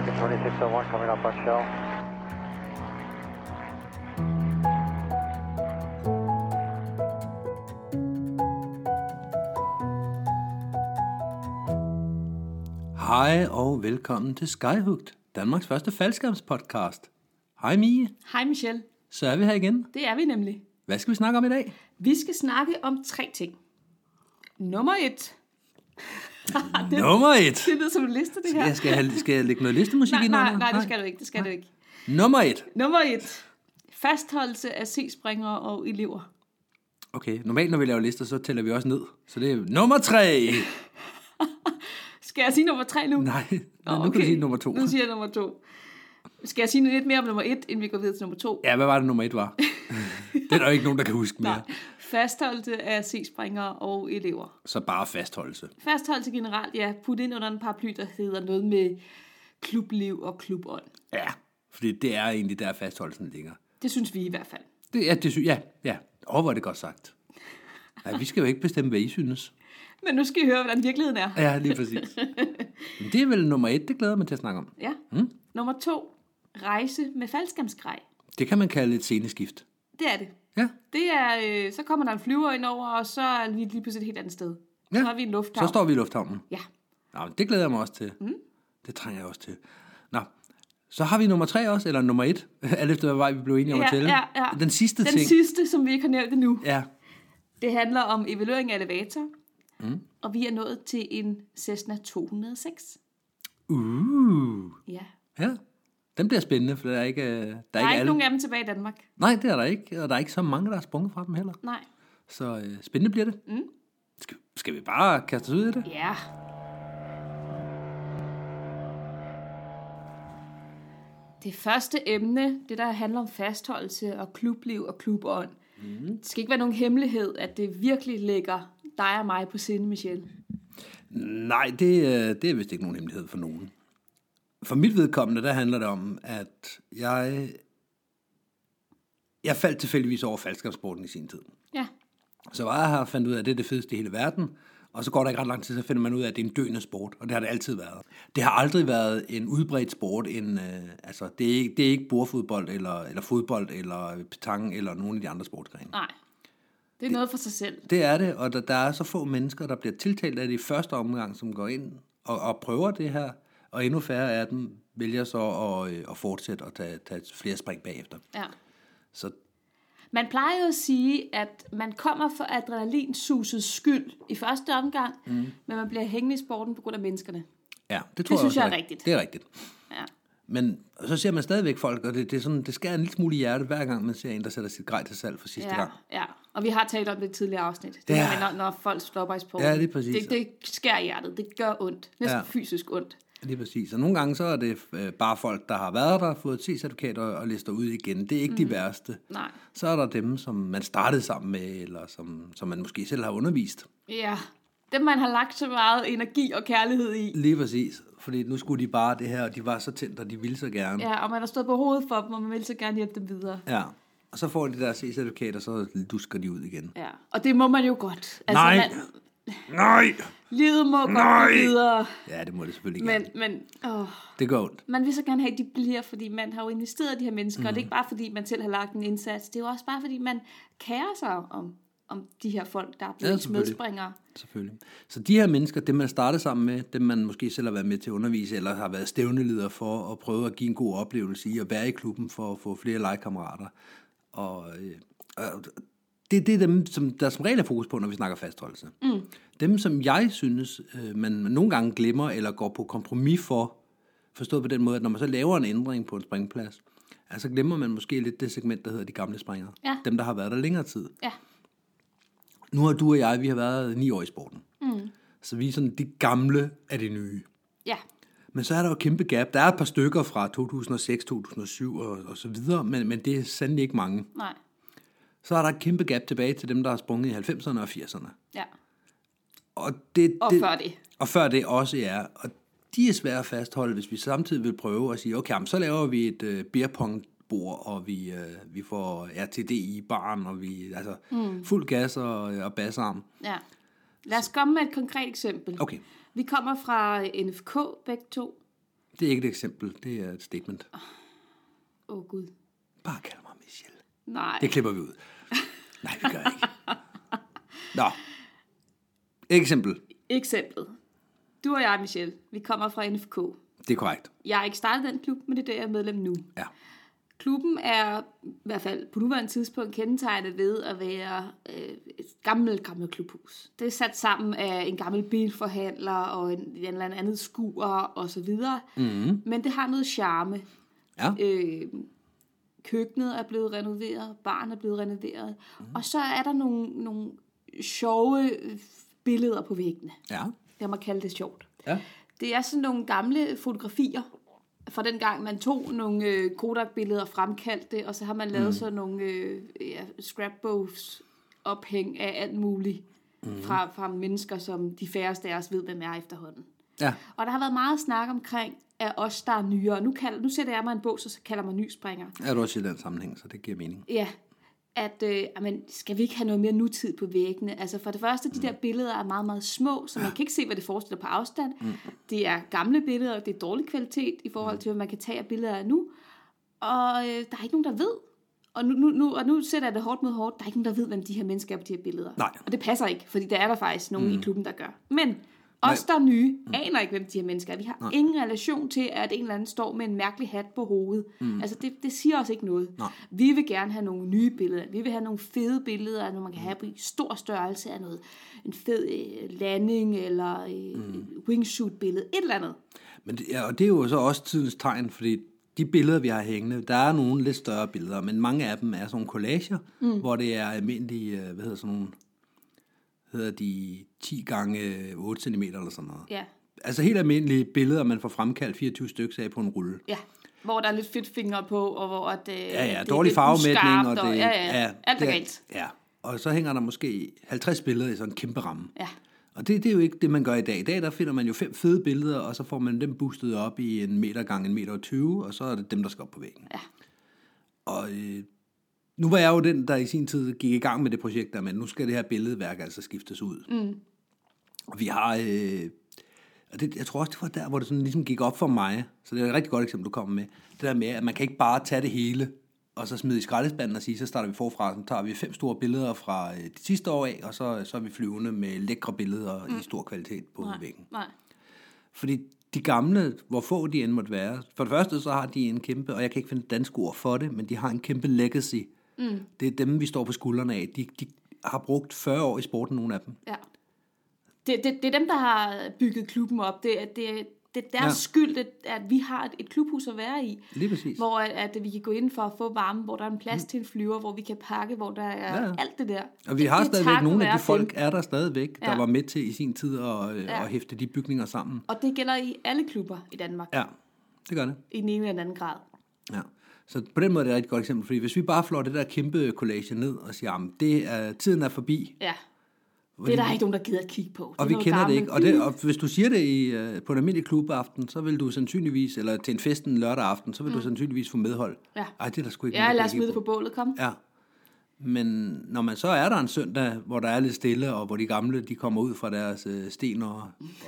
American 2601 coming up on shell. Hej og velkommen til Skyhooked, Danmarks første faldskærmspodcast. Hej Mie. Hej Michelle. Så er vi her igen. Det er vi nemlig. Hvad skal vi snakke om i dag? Vi skal snakke om 3 ting. Nummer 1. Nummer 1. Det lyder som en liste, det her. Skal jeg lægge noget listemusik ind under? Nej, det skal du ikke. Det skal du ikke. Nummer 1. Nummer 1. Fastholdelse af C-springere og elever. Okay, normalt når vi laver lister, så tæller vi også ned. Så det er nummer 3. Skal jeg sige nummer 3 nu? Nej, nu kan du sige nummer 2. Nu siger jeg nummer 2. Skal jeg sige lidt mere om nummer 1, inden vi går videre til nummer 2? Ja, hvad var det nummer 1 var? Det er der jo ikke nogen, der kan huske mere. Nej. Fastholdelse af C-springere og elever. Så bare fastholdelse. Fastholdelse generelt, ja. Put ind under en paraply, der hedder noget med klubliv og klubånd. Ja, fordi det er egentlig der fastholdelsen ligger. Det synes vi i hvert fald. Ja. Hvor er det godt sagt. Nej, vi skal jo ikke bestemme, hvad I synes. Men nu skal I høre, hvordan virkeligheden er. Ja, lige præcis. Men det er vel nummer 1, det glæder mig til at snakke om. Ja. Nummer 2. Rejse med faldskærmsgrej. Det kan man kalde et sceneskift. Det er det. Ja. Det er, så kommer der en flyver ind over, og så er vi lige pludselig et helt andet sted. Ja. Så er vi i en lufthavn. Så står vi i lufthavnen. Ja. Nå, det glæder jeg mig også til. Det trænger jeg også til. Nå, så har vi nummer 3 også, eller nummer 1, alt efter hvad vej vi blev enige om at tælle. Ja. Den sidste ting. Den sidste, som vi ikke har nævnt endnu. Ja. Det handler om evaluering af elevator. Og vi er nået til en Cessna 206. Ja. Ja. Den bliver spændende, for der er ikke nogen af dem tilbage i Danmark. Nej, det er der ikke, og der er ikke så mange, der er sprunget fra dem heller. Nej. Så spændende bliver det. Skal vi bare kaste os ud i det? Ja. Det første emne, det der handler om fastholdelse og klubliv og klubånd. Det skal ikke være nogen hemmelighed, at det virkelig lægger dig og mig på sinde, Michelle. Nej, det er vist ikke nogen hemmelighed for nogen. For mit vedkommende, der handler det om, at jeg faldt tilfældigvis over faldskærmssporten i sin tid. Ja. Så var jeg her og fandt ud af, at det er det fedeste i hele verden. Og så går der ikke ret lang tid, så finder man ud af, at det er en døende sport. Og det har det altid været. Det har aldrig været en udbredt sport. Det er ikke bordfodbold, eller fodbold, eller petanque, eller nogen af de andre sportsgrene. Nej. Det er noget for sig selv. Det er det, og der er så få mennesker, der bliver tiltalt af det i første omgang, som går ind og prøver det her. Og endnu færre af dem vælger så at fortsætte og tage flere spring bagefter. Ja. Så man plejer jo at sige, at man kommer for adrenalinsusets skyld i første omgang, men man bliver hængende i sporten på grund af menneskerne. ja, det tror jeg synes også jeg er rigtigt. Det er rigtigt. Ja. Men så ser man stadigvæk folk, og det er sådan, det skærer en lille smule i hjertet, hver gang man ser en, der sætter sit grej til salg for sidste gang. Ja, og vi har talt om det tidligere afsnit. Det er, når folk stopper i sporten. Ja, det er præcis. Det skærer i hjertet. Det gør ondt. Næsten fysisk ondt. Lige præcis. Og nogle gange så er det bare folk, der har været der, fået et C-certifikat og lister ud igen. Det er ikke de værste. Nej. Så er der dem, som man startede sammen med, eller som man måske selv har undervist. Ja, dem man har lagt så meget energi og kærlighed i. Lige præcis. Fordi nu skulle de bare det her, og de var så tændt, og de ville så gerne. Ja, og man har stået på hovedet for dem, og man vil så gerne hjælpe dem videre. Ja, og så får de der C-certifikat, og så dusker de ud igen. Ja, og det må man jo godt. Altså, Nej! Nej! Livet må godt gå videre. Ja, det må det selvfølgelig gerne. Men det går ondt. Man vil så gerne have, at de bliver, fordi man har jo investeret i de her mennesker, og det er ikke bare fordi, man selv har lagt en indsats. Det er jo også bare fordi, man kærer sig om de her folk, der er blevet medspringere. Selvfølgelig. Så de her mennesker, dem man starter sammen med, dem man måske selv har været med til at undervise, eller har været stævneleder for at prøve at give en god oplevelse i at være i klubben for at få flere legekammerater. Og det er dem, som der som regel er fokus på, når vi snakker fastholdelse. Dem, som jeg synes, man nogle gange glemmer eller går på kompromis for, forstået på den måde, at når man så laver en ændring på en springplads, altså glemmer man måske lidt det segment, der hedder de gamle springere. Ja. Dem, der har været der længere tid. Ja. Nu har du og jeg, vi har været 9 år i sporten. Så vi er sådan de gamle af de nye. Ja. Men så er der jo et kæmpe gap. Der er et par stykker fra 2006, 2007 og så videre, men det er sandelig ikke mange. Nej. Så er der et kæmpe gap tilbage til dem, der har sprunget i 90'erne og 80'erne. Ja. Og før det. Og før det også, ja. Og de er svære at fastholde, hvis vi samtidig vil prøve at sige, okay, så laver vi et beerpongbord, og vi får RTD i baren, og vi fuld gas og bassarm. Ja. Lad os komme med et konkret eksempel. Okay. Vi kommer fra NFK begge to. Det er ikke et eksempel, det er et statement. Gud. Bare kald mig Michelle. Nej. Det klipper vi ud. Nej, vi gør ikke. Nå. Eksemplet. Du og jeg, Michelle, vi kommer fra NFK. Det er korrekt. Jeg har ikke startet den klub, men det er der, jeg er medlem nu. Ja. Klubben er i hvert fald på nuværende tidspunkt kendetegnet ved at være et gammelt klubhus. Det er sat sammen af en gammel bilforhandler og en eller anden skur og så videre. Mm-hmm. Men det har noget charme. Ja. Køkkenet er blevet renoveret, baren er blevet renoveret. Mm-hmm. Og så er der nogle sjove billeder på væggene. Ja. Jeg må kalde det sjovt. Ja. Det er sådan nogle gamle fotografier fra den gang, man tog nogle Kodak-billeder og fremkaldte det, og så har man lavet sådan nogle scrapbooks ophæng af alt muligt fra mennesker, som de færreste af os ved, hvem er efterhånden. Ja. Og der har været meget snak omkring, at os, der er nyere. Nu sætter jeg mig en bog, så kalder mig nyspringer. Er du også i den sammenhæng, så det giver mening. Ja, at skal vi ikke have noget mere nutid på væggene? Altså for det første, de der billeder er meget, meget små, så man kan ikke se, hvad det forestiller på afstand. Det er gamle billeder, det er dårlig kvalitet i forhold til, hvad man kan tage af billeder af nu. Og der er ikke nogen, der ved. Og nu sætter jeg det hårdt mod hårdt. Der er ikke nogen, der ved, hvem de her mennesker er på de her billeder. Nej. Og det passer ikke, fordi der er der faktisk nogen i klubben, der gør. Men os, der er nye, aner ikke, hvem de her mennesker er. Vi har ingen relation til, at en eller anden står med en mærkelig hat på hovedet. Altså, det siger os ikke noget. Nej. Vi vil gerne have nogle nye billeder. Vi vil have nogle fede billeder, når man kan have på stor størrelse af noget. En fed landing, eller wingsuit-billede. Et eller andet. Men og det er jo så også tidens tegn, fordi de billeder, vi har hængende, der er nogle lidt større billeder, men mange af dem er sådan nogle collager, hvor det er almindelige, hedder de 10 gange 8 cm eller sådan noget. Ja. Altså helt almindelige billeder, man får fremkaldt 24 stykker af på en rulle. Ja, hvor der er lidt fedtfingre på, og hvor det, det dårlig farvemætning. Og det, alt er galt. Ja, og så hænger der måske 50 billeder i sådan en kæmpe ramme. Ja. Og det er jo ikke det, man gør i dag. I dag der finder man jo 5 fede billeder, og så får man dem boostet op i 1 meter gange 1,20 meter, og så er det dem, der skal op på væggen. Ja. Og nu var jeg jo den, der i sin tid gik i gang med det projekt der, men nu skal det her billedværk altså skiftes ud. Og vi har, og det, jeg tror også, det var der, hvor det sådan ligesom gik op for mig, så det er et rigtig godt eksempel, du kommer med, det der med, at man kan ikke bare tage det hele, og så smide i skraldespanden og sige, så starter vi forfra, så tager vi 5 store billeder fra det sidste år af, og så er vi flyvende med lækre billeder i stor kvalitet på væggen. Nej. Fordi de gamle, hvor få de end måtte være, for det første så har de en kæmpe, og jeg kan ikke finde et dansk ord for det, men de har en kæmpe legacy. Det er dem, vi står på skuldrene af. De har brugt 40 år i sporten, nogle af dem. Ja. Det er dem, der har bygget klubben op. Det er deres skyld, at vi har et klubhus at være i. Lige præcis. Hvor at vi kan gå ind for at få varme, hvor der er en plads til en flyver, hvor vi kan pakke, hvor der er alt det der. Og vi har stadigvæk nogle af de folk, er der stadigvæk, der var med til i sin tid at hæfte de bygninger sammen. Og det gælder i alle klubber i Danmark. Ja, det gør det. I den ene eller den anden grad. Ja. Så på den måde er det et rigtig godt eksempel, fordi hvis vi bare flår det der kæmpe collage ned og siger, jamen, tiden er forbi. Ja. Det er der ikke nogen, der gider at kigge på. Og vi kender det ikke. Og hvis du siger det på en almindelig klubaften, så vil du sandsynligvis, eller til en festen lørdag aften, så vil du sandsynligvis få medhold. Ja. Ej, det er der sgu ikke. Ja, lad os smide det på bålet, kom. Ja. Men når man så er der en søndag, hvor der er lidt stille, og hvor de gamle, de kommer ud fra deres sten og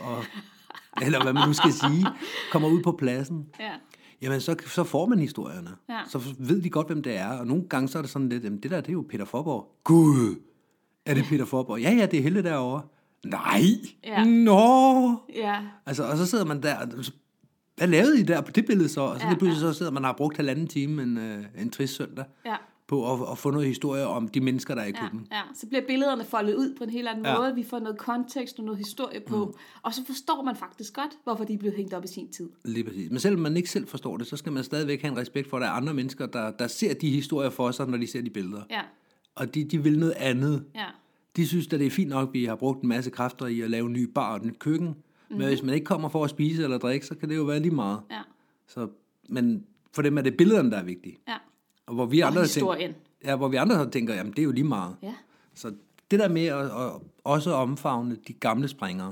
eller hvad man nu skal sige, kommer ud på pladsen. Ja. Jamen, så får man historierne. Ja. Så ved de godt, hvem det er. Og nogle gange så er det sådan lidt, jamen, det der, det er jo Peter Forborg. Gud! Er det Peter Forborg? Ja, det er Helle derovre. Nej! Ja. Nå! Ja. Altså, og så sidder man der, hvad lavede I der på det billede så? Og så pludselig så sidder man og har brugt 1,5 time en trist søndag på at få noget historie om de mennesker, der er i klubben. Ja. Så bliver billederne foldet ud på en helt anden måde. Vi får noget kontekst og noget historie på. Og så forstår man faktisk godt, hvorfor de er blevet hængt op i sin tid. Lige præcis. Men selvom man ikke selv forstår det, så skal man stadigvæk have en respekt for, at der er andre mennesker, der ser de historier for sig, når de ser de billeder. Ja. Og de vil noget andet. Ja. De synes, at det er fint nok, at vi har brugt en masse kræfter i at lave en ny bar og et nyt køkken. Men hvis man ikke kommer for at spise eller drikke, så kan det jo være lige meget. Ja. Så, men for dem er det billederne, der er vigtige. Ja. Og hvor vi andre historien. Hvor vi andre tænker, jamen det er jo lige meget. Ja. Så det der med at også omfavne de gamle springere,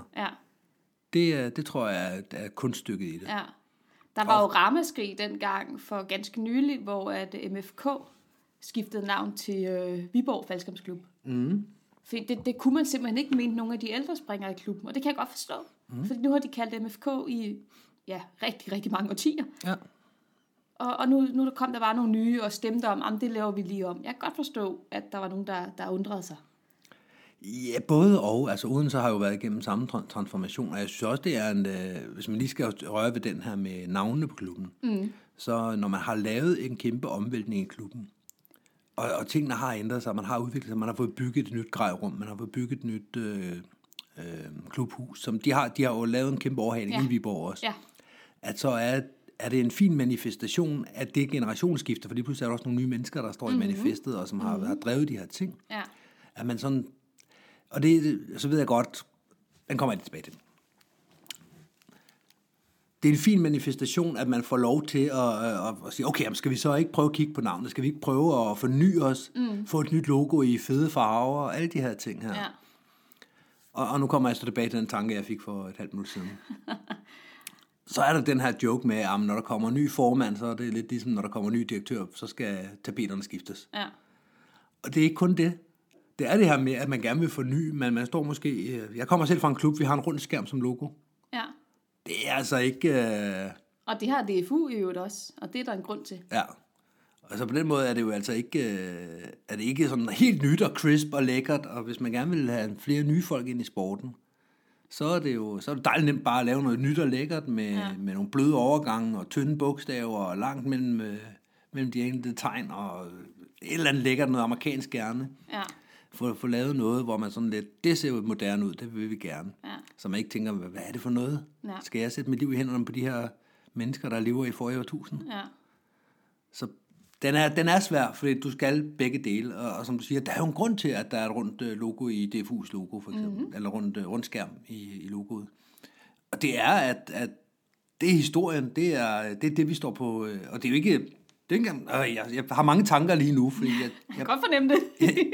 det tror jeg er kunststykket i det. Ja. Der var jo ramaskrig dengang for ganske nylig, hvor at MFK skiftede navn til Viborg Faldskærmsklub. For det kunne man simpelthen ikke mene nogle af de ældre springere i klubben, og det kan jeg godt forstå. For nu har de kaldt MFK i rigtig, rigtig mange årtier. Ja. Og nu kom der bare nogle nye og stemte om, det laver vi lige om. Jeg kan godt forstå, at der var nogen, der undrede sig. Ja, både og. Altså Odense har jo været igennem samme transformation, og jeg synes også, det er hvis man lige skal røre ved den her med navnene på klubben, så når man har lavet en kæmpe omvæltning i klubben, og tingene har ændret sig, man har udviklet sig, man har fået bygget et nyt grejrum, man har fået bygget et nyt klubhus, som de har jo lavet en kæmpe overhaling i Viborg også. Ja. At så er det en fin manifestation af det generationsskifte, for lige pludselig er der også nogle nye mennesker, der står i manifestet, og som har drevet de her ting. Ja. At man sådan, og det, så ved jeg godt, den kommer jeg tilbage til. Det er en fin manifestation, at man får lov til at sige, okay, skal vi så ikke prøve at kigge på navnet? Skal vi ikke prøve at forny os? Få et nyt logo i fede farver og alle de her ting her. Ja. Og nu kommer jeg så tilbage til den tanke, jeg fik for et halvt minut siden. Så er der den her joke med, at når der kommer en ny formand, så er det lidt ligesom, når der kommer en ny direktør, så skal tapeterne skiftes. Ja. Og det er ikke kun det. Det er det her med, at man gerne vil forny, men man står måske... Jeg kommer selv fra en klub, vi har en rund skærm som logo. Ja. Det er altså ikke... Og det har DFU i øvrigt også, og det er der en grund til. Ja. Altså på den måde er det jo altså ikke, er det ikke sådan helt nyt og crisp og lækkert, og hvis man gerne vil have flere nye folk ind i sporten, så er det dejligt nemt bare at lave noget nyt og lækkert med nogle bløde overgange og tynde bogstaver og langt mellem de enkelte tegn og et eller andet lækkert, noget amerikansk gerne. Ja. Få lavet noget, hvor man sådan lidt, det ser jo moderne ud, det vil vi gerne. Ja. Så man ikke tænker, hvad er det for noget? Ja. Skal jeg sætte mit liv i hænderne på de her mennesker, der lever i forrige årtusind? Ja. Så den er svær, fordi du skal begge dele, og som du siger, der er jo en grund til, at der er et rundt logo i DFU's logo, for eksempel, eller rundt skærm i logoet. Og det er, at det er historien, det er det, vi står på, og det er jo ikke, jeg har mange tanker lige nu, fordi jeg kan godt fornemme det.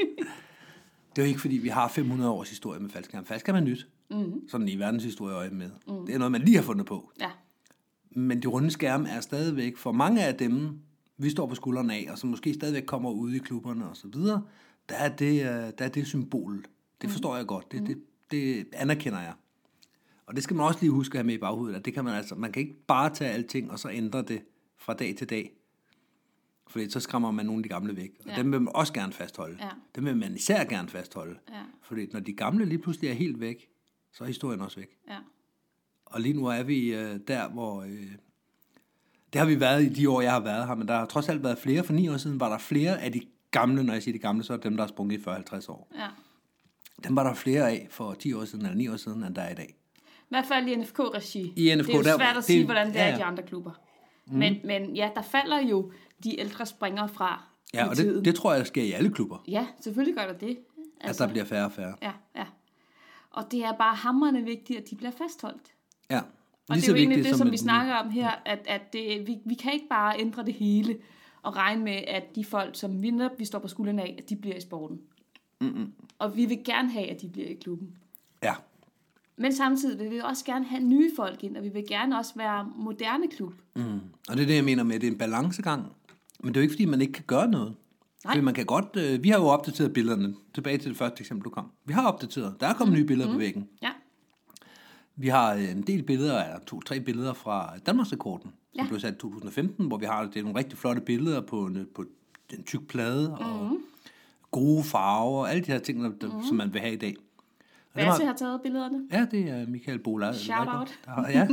Det er jo ikke, fordi vi har 500 års historie med faldskærm. Faldskærm er nyt, sådan i verdenshistorie øje med. Det er noget, man lige har fundet på. Ja. Men de runde skærme er stadigvæk, for mange af dem, vi står på skuldrene af, og som måske stadigvæk kommer ud i klubberne og så videre, der er det symbol. Det forstår jeg godt. Det anerkender jeg. Og det skal man også lige huske at have med i baghovedet, at det kan man kan ikke bare tage alting og så ændre det fra dag til dag. Fordi så skræmmer man nogle af de gamle væk. Og dem vil man også gerne fastholde. Ja. Dem vil man især gerne fastholde. Ja. Fordi når de gamle lige pludselig er helt væk, så er historien også væk. Ja. Og lige nu er vi der, hvor... det har vi været i de år, jeg har været her, men der har trods alt været flere. For 9 år siden var der flere af de gamle, når jeg siger de gamle, så er dem, der er sprunget i 40-50 år. Ja. Dem var der flere af for 10 år siden eller 9 år siden, end der er i dag. I hvert fald i NFK-regi. I NFK, det er jo svært at sige, hvordan det er i de andre klubber. Men ja, der falder jo de ældre springer fra. Ja, og det tror jeg, der sker i alle klubber. Ja, selvfølgelig gør der det. Altså, at der bliver færre og færre. Ja. Og det er bare hamrende vigtigt, at de bliver fastholdt. Ja. Og det er jo egentlig det, som vi snakker om her, at vi kan ikke bare ændre det hele og regne med, at de folk, som vi står på skuldrene af, at de bliver i sporten. Og vi vil gerne have, at de bliver i klubben. Ja. Men samtidig vil vi også gerne have nye folk ind, og vi vil gerne også være moderne klub. Og det er det, jeg mener med, at det er en balancegang. Men det er jo ikke, fordi man ikke kan gøre noget. Nej. Fordi man kan godt... vi har jo opdateret billederne. Tilbage til det første eksempel, du kom. Vi har opdateret. Der er kommet nye billeder på væggen. Ja. Vi har en del billeder, eller 2-3 billeder fra Danmarksrekorden, som blev sat i 2015, hvor vi har nogle rigtig flotte billeder på en tyk plade, og gode farver, og alle de her ting, som man vil have i dag. Basse har taget billederne. Ja, det er Michael Bola. Shout out. Ja.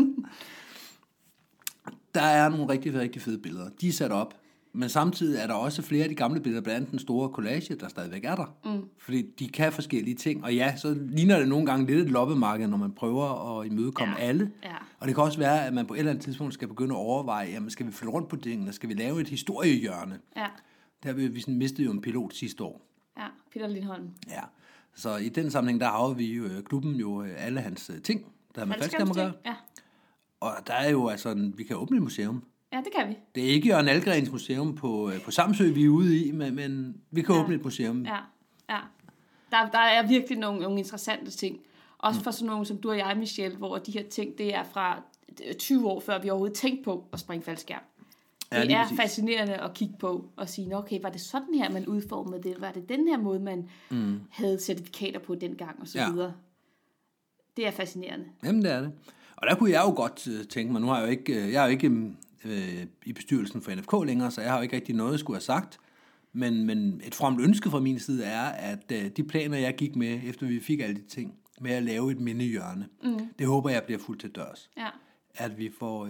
Der er nogle rigtig, rigtig fede billeder. De er sat op. Men samtidig er der også flere af de gamle billeder, blandt andet den store collage, der stadigvæk er der. Fordi de kan forskellige ting. Og ja, så ligner det nogle gange lidt et loppemarked, når man prøver at imødekomme alle. Ja. Og det kan også være, at man på et eller andet tidspunkt skal begynde at overveje, jamen skal vi flytte rundt på tingene? Skal vi lave et historiehjørne? Ja. Der har vi mistet jo en pilot sidste år. Ja, Peter Lindholm. Ja. Så i den sammenhæng, der har vi jo klubben jo alle hans ting, der har med faldskærm at gøre. Ja. Og der er jo altså, vi kan åbne et museum. Ja, det kan vi. Det er ikke Jørgen Algrens museum på Samsø, vi er ude i, men vi kan åbne et museum. Ja. Der er virkelig nogle interessante ting. Også for sådan nogle som du og jeg, Michelle, hvor de her ting, det er fra 20 år før vi overhovedet tænkte på at springe faldskærm. Det er fascinerende at kigge på og sige, okay, var det sådan her, man udformede det? Var det den her måde, man havde certifikater på dengang og så videre? Det er fascinerende. Jamen, det er det. Og der kunne jeg jo godt tænke mig, nu har jeg er jo ikke i bestyrelsen for NFK længere, så jeg har jo ikke rigtig noget at skulle have sagt, men et fromt ønske fra min side er, at de planer, jeg gik med, efter vi fik alle de ting, med at lave et mindehjørne, det håber jeg bliver fuldt til dørs. Ja. At vi får,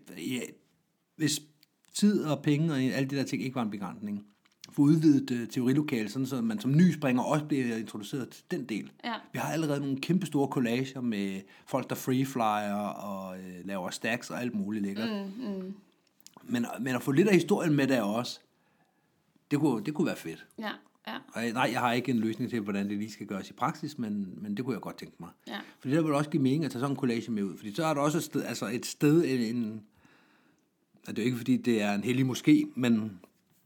hvis tid og penge og alle de der ting ikke var en begrænsning, få udvidet teorilokale, sådan så man som nyspringer også bliver introduceret til den del. Ja. Vi har allerede nogle kæmpe store collager med folk, der freeflyer og laver stacks og alt muligt lækkert. Men at få lidt af historien med der også, det kunne være fedt. Ja. Ja. Og nej, jeg har ikke en løsning til, hvordan det lige skal gøres i praksis, men det kunne jeg godt tænke mig. Ja. Fordi der vil også give mening at tage sådan en collage med ud. Fordi så er der også et sted, det er jo ikke fordi, det er en hellig moské, men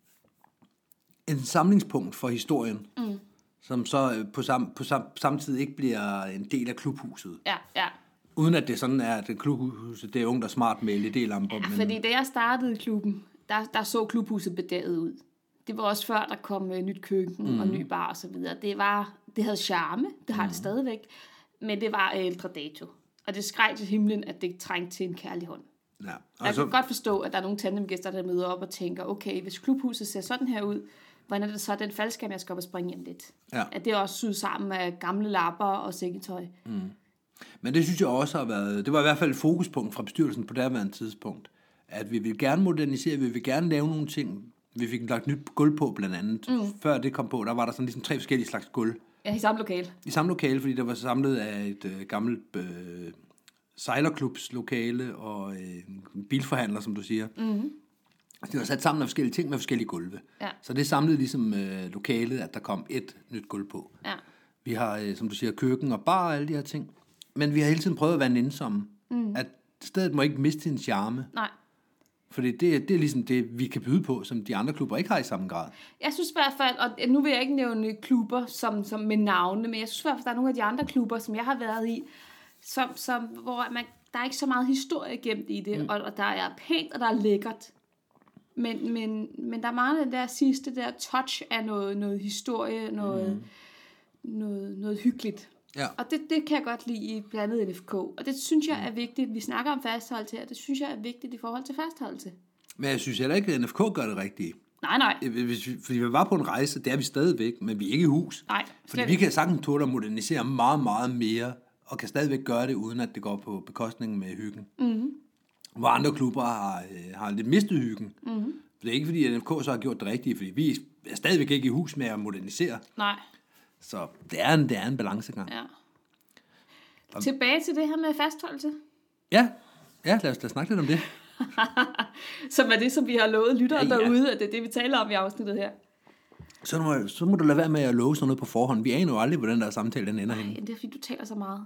en samlingspunkt for historien, som så på samtidig ikke bliver en del af klubhuset. Ja, ja. Uden at det sådan er, at klubhuset, det er ungt og smart med LED-lamper. Ja, fordi da jeg startede klubben, der så klubhuset bedaget ud. Det var også før, der kom nyt køkken og ny bar og så videre. Det havde charme, det har det stadigvæk, men det var ældre dato. Og det skreg til himlen, at det trængte til en kærlig hånd. Ja. Jeg kan godt forstå, at der er nogle tandemgæster, der møder op og tænker, okay, hvis klubhuset ser sådan her ud, hvordan er det så den faldskærm, jeg skal op og springe hjem lidt? Ja. At det også syet sammen med gamle lapper og sækketøj. Men det synes jeg også har været, det var i hvert fald et fokuspunkt fra bestyrelsen på derværende tidspunkt, at vi vil gerne modernisere, vi vil gerne lave nogle ting. Vi fik lagt nyt gulv på blandt andet. Før det kom på, der var der sådan ligesom 3 forskellige slags gulv. Ja, i samme lokale. I samme lokale, fordi der var samlet af et gammelt sejlerklubs lokale og en bilforhandler, som du siger. Det var sat sammen af forskellige ting med forskellige gulve. Ja. Så det samlede ligesom lokalet, at der kom et nyt gulv på. Ja. Vi har, som du siger, køkken og bar og alle de her ting. Men vi har hele tiden prøvet at være nænsomme. At stedet må ikke miste sin charme. Nej. Fordi det er ligesom det, vi kan byde på, som de andre klubber ikke har i samme grad. Jeg synes i hvert fald, og nu vil jeg ikke nævne klubber som med navne, men jeg synes i hvert fald, der er nogle af de andre klubber, som jeg har været i, hvor der er ikke så meget historie gemt i det, og der er pænt, og der er lækkert. Men der er meget den der sidste der touch af noget historie, noget hyggeligt. Ja. Og det kan jeg godt lide i blandt andet NFK. Og det synes jeg er vigtigt. Vi snakker om fastholdelse her. Det synes jeg er vigtigt i forhold til fastholdelse. Men jeg synes heller ikke, at NFK gør det rigtige. Nej. Fordi vi var på en rejse, det er vi stadigvæk, men vi er ikke i hus. Nej. Fordi vi kan sagtens tåle at modernisere meget, meget mere, og kan stadigvæk gøre det, uden at det går på bekostning med hyggen. Hvor andre klubber har lidt mistet hyggen. Det er ikke fordi, at NFK så har gjort det rigtige, fordi vi er stadigvæk ikke i hus med at modernisere. Nej. Så det er en balancegang. Ja. Tilbage til det her med fastholdelse. Ja, lad os snakke lidt om det. Som er det, som vi har lovet lyttere derude, at det er det, vi taler om i afsnittet her. Så må du lade være med at love sådan noget på forhånd. Vi aner jo aldrig, hvordan der samtale den ender henne. Det er fordi, du taler så meget.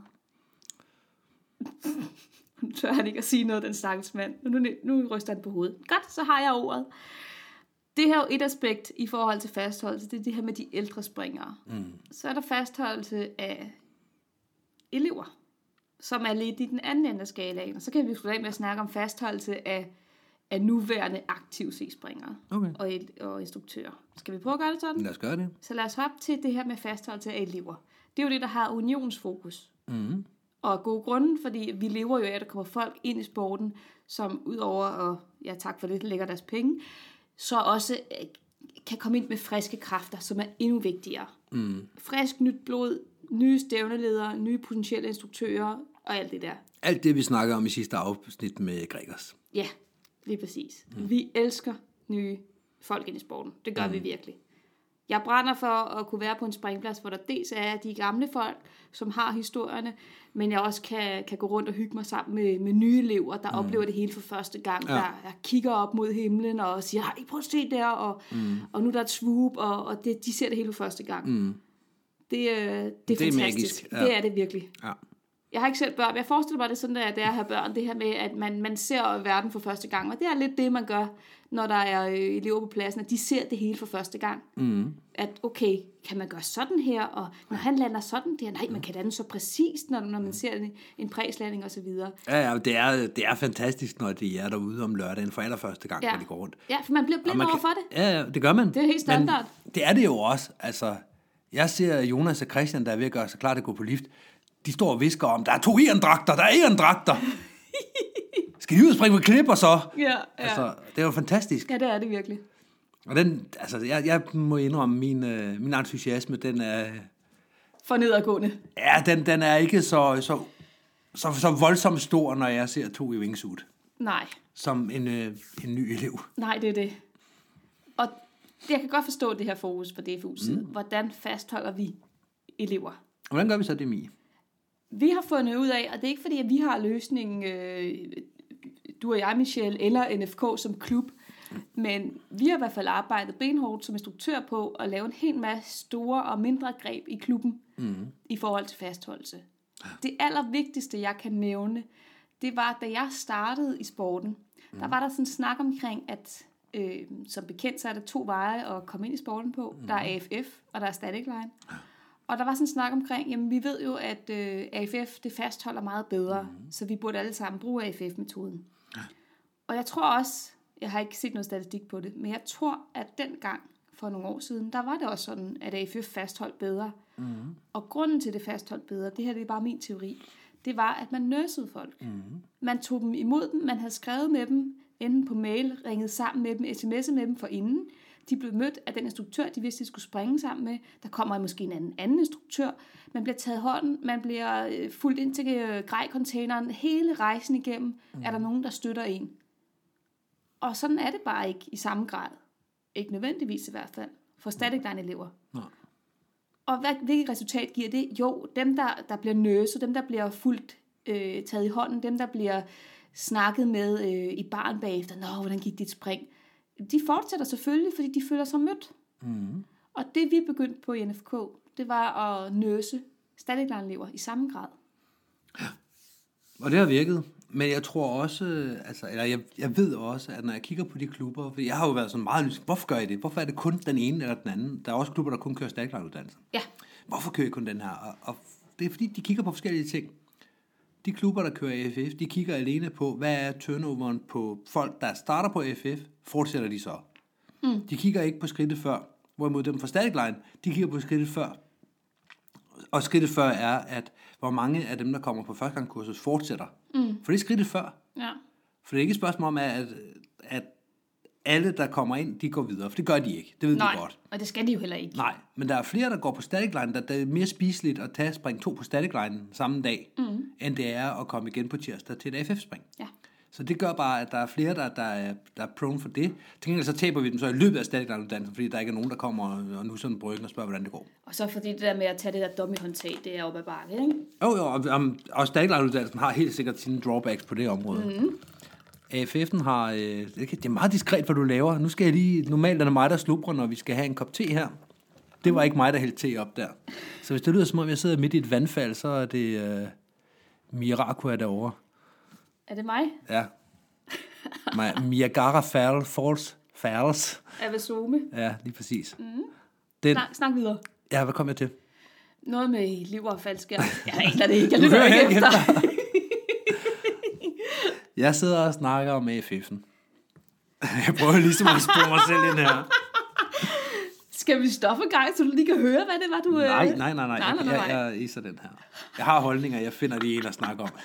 Nu tør han ikke at sige noget, den stakkels mand. Nu ryster han på hovedet. Godt, så har jeg ordet. Det her er jo et aspekt i forhold til fastholdelse. Det er det her med de ældre springere. Så er der fastholdelse af elever, som er lidt i den anden ende af skalaen. Og så kan vi slutte af med at snakke om fastholdelse af nuværende aktive C-springere og instruktører. Skal vi prøve at gøre det sådan? Lad os gøre det. Så lad os hoppe til det her med fastholdelse af elever. Det er jo det, der har unionsfokus. Og af gode grunde, fordi vi lever jo af, at der kommer folk ind i sporten, som udover, og ja tak for det, lægger deres penge, så også kan komme ind med friske kræfter, som er endnu vigtigere. Frisk nyt blod, nye stævneledere, nye potentielle instruktører og alt det der. Alt det, vi snakker om i sidste afsnit med Gregers. Ja, lige præcis. Vi elsker nye folk ind i sporten. Det gør vi virkelig. Jeg brænder for at kunne være på en springplads, hvor der dels er de gamle folk, som har historierne, men jeg også kan gå rundt og hygge mig sammen med nye elever, der oplever det hele for første gang, der kigger op mod himlen og siger, hey, prøv at se der, og nu er der et swoop, og de ser det hele for første gang. Det er fantastisk. Magisk. Ja. Det er det virkelig. Ja. Jeg har ikke selv børn, men jeg forestiller mig det sådan, at det er at have børn, det her med, at man ser verden for første gang, og det er lidt det, man gør, når der er elever på pladsen, at de ser det hele for første gang. At okay, kan man gøre sådan her, og når han lander sådan der, nej, man kan lande så præcist, når man ser en præslanding og så videre. Ja, det er fantastisk, når de er derude om lørdagen for allerførste gang, når de går rundt. Ja, for man bliver blind over for det. Ja, det gør man. Det er helt standard. Men det er det jo også, altså, jeg ser Jonas og Christian, der er ved at gøre sig klar til at gå på lift. de står og visker om, der er 2 Erendragter. Skal de ud og springe på klipper så? Ja. Altså, det er jo fantastisk. Ja, det er det virkelig. Og den, altså, jeg må indrømme, min entusiasme, den er... For nedadgående. Ja, den er ikke så voldsomt stor, når jeg ser 2 i wingsuit. Nej. Som en ny elev. Nej, det er det. Og jeg kan godt forstå det her fokus på DFU's side. Hvordan fastholder vi elever? Hvordan gør vi så det, Mie? Vi har fundet ud af, og det er ikke fordi, at vi har løsningen, du og jeg, Michelle, eller NFK som klub, men vi har i hvert fald arbejdet benhårdt som instruktør på at lave en hel masse store og mindre greb i klubben i forhold til fastholdelse. Det allervigtigste, jeg kan nævne, det var, da jeg startede i sporten, der var der sådan en snak omkring, at som bekendt, så er der 2 veje at komme ind i sporten på. Der er AFF, og der er static line. Og der var sådan en snak omkring, jamen vi ved jo, at AFF, det fastholder meget bedre, så vi burde alle sammen bruge AFF-metoden. Og jeg tror også, jeg har ikke set noget statistik på det, men jeg tror, at dengang, for nogle år siden, der var det også sådan, at AFF fastholdt bedre. Og grunden til det fastholdt bedre, det her det er bare min teori, det var, at man nursede folk. Man tog dem imod dem, man havde skrevet med dem, enten på mail, ringet sammen med dem, sms'et med dem forinden. De blev mødt af den instruktør, de vidste, de skulle springe sammen med. Der kommer måske en anden instruktør. Man bliver taget hånden, man bliver fuldt ind til grejcontaineren. Hele rejsen igennem er der nogen, der støtter en. Og sådan er det bare ikke i samme grad. Ikke nødvendigvis i hvert fald. For static line elever. Nej. Og hvilket resultat giver det? Jo, dem der bliver nurset, dem der bliver fuldt taget i hånden, dem der bliver snakket med i baren bagefter. Nå, hvordan gik dit spring? De fortsætter selvfølgelig, fordi de føler sig mødt. Og det vi begyndte på i NFK, det var at nurse static line elever i samme grad. Og det har virket. Men jeg tror også, jeg ved også, at når jeg kigger på de klubber, for jeg har jo været sådan meget nysgerrig, hvorfor gør I det? Hvorfor er det kun den ene eller den anden? Der er også klubber, der kun kører static line uddannelser. Ja. Hvorfor kører I kun den her? Og det er fordi, de kigger på forskellige ting. De klubber, der kører AFF, de kigger alene på, hvad er turnoveren på folk, der starter på AFF, fortsætter de så. De kigger ikke på skridtet før, hvorimod dem fra static line, de kigger på skridtet før. Og skridtet før er, at hvor mange af dem, der kommer på førstegangskursus, fortsætter. For det er skridtet før. Ja. For det er ikke et spørgsmål om, at alle, der kommer ind, de går videre. For det gør de ikke. Det ved de godt. Og det skal de jo heller ikke. Nej, men der er flere, der går på static line, der er mere spiseligt at tage spring 2 på static line samme dag, end det er at komme igen på tirsdag til et AFF-spring. Ja. Så det gør bare, at der er flere, der er prone for det. Til gengæld så taber vi dem så i løbet af static line-uddannelsen, fordi der ikke er nogen, der kommer og nu sådan bryggen og spørger, hvordan det går. Og så fordi det der med at tage det der dummy-håndtag, det er oppe ad bakke, ikke? Jo, og static line-uddannelsen har helt sikkert sine drawbacks på det område. AFF'en har... det er meget diskret, hvad du laver. Nu skal jeg lige... Normalt er det mig, der slubrer, når vi skal have en kop te her. Det var ikke mig, der hældte te op der. Så hvis det lyder som om, jeg sidder midt i et vandfald, så er det Mirakua derovre. Er det mig? Ja. Niagara Falls. Avasume. Ja, lige præcis. Snak videre. Ja, hvad kom jeg til? Noget med liv og faldskærm. Jeg aner det ikke. Jeg lytter ikke efter. Jeg sidder og snakker om AFF'en. Jeg prøver ligesom at spore mig selv ind her. Skal vi stoppe en gang, så du lige kan høre, hvad det var, du... Nej. Jeg iser den her. Jeg har holdninger, jeg finder de ene at snakke om.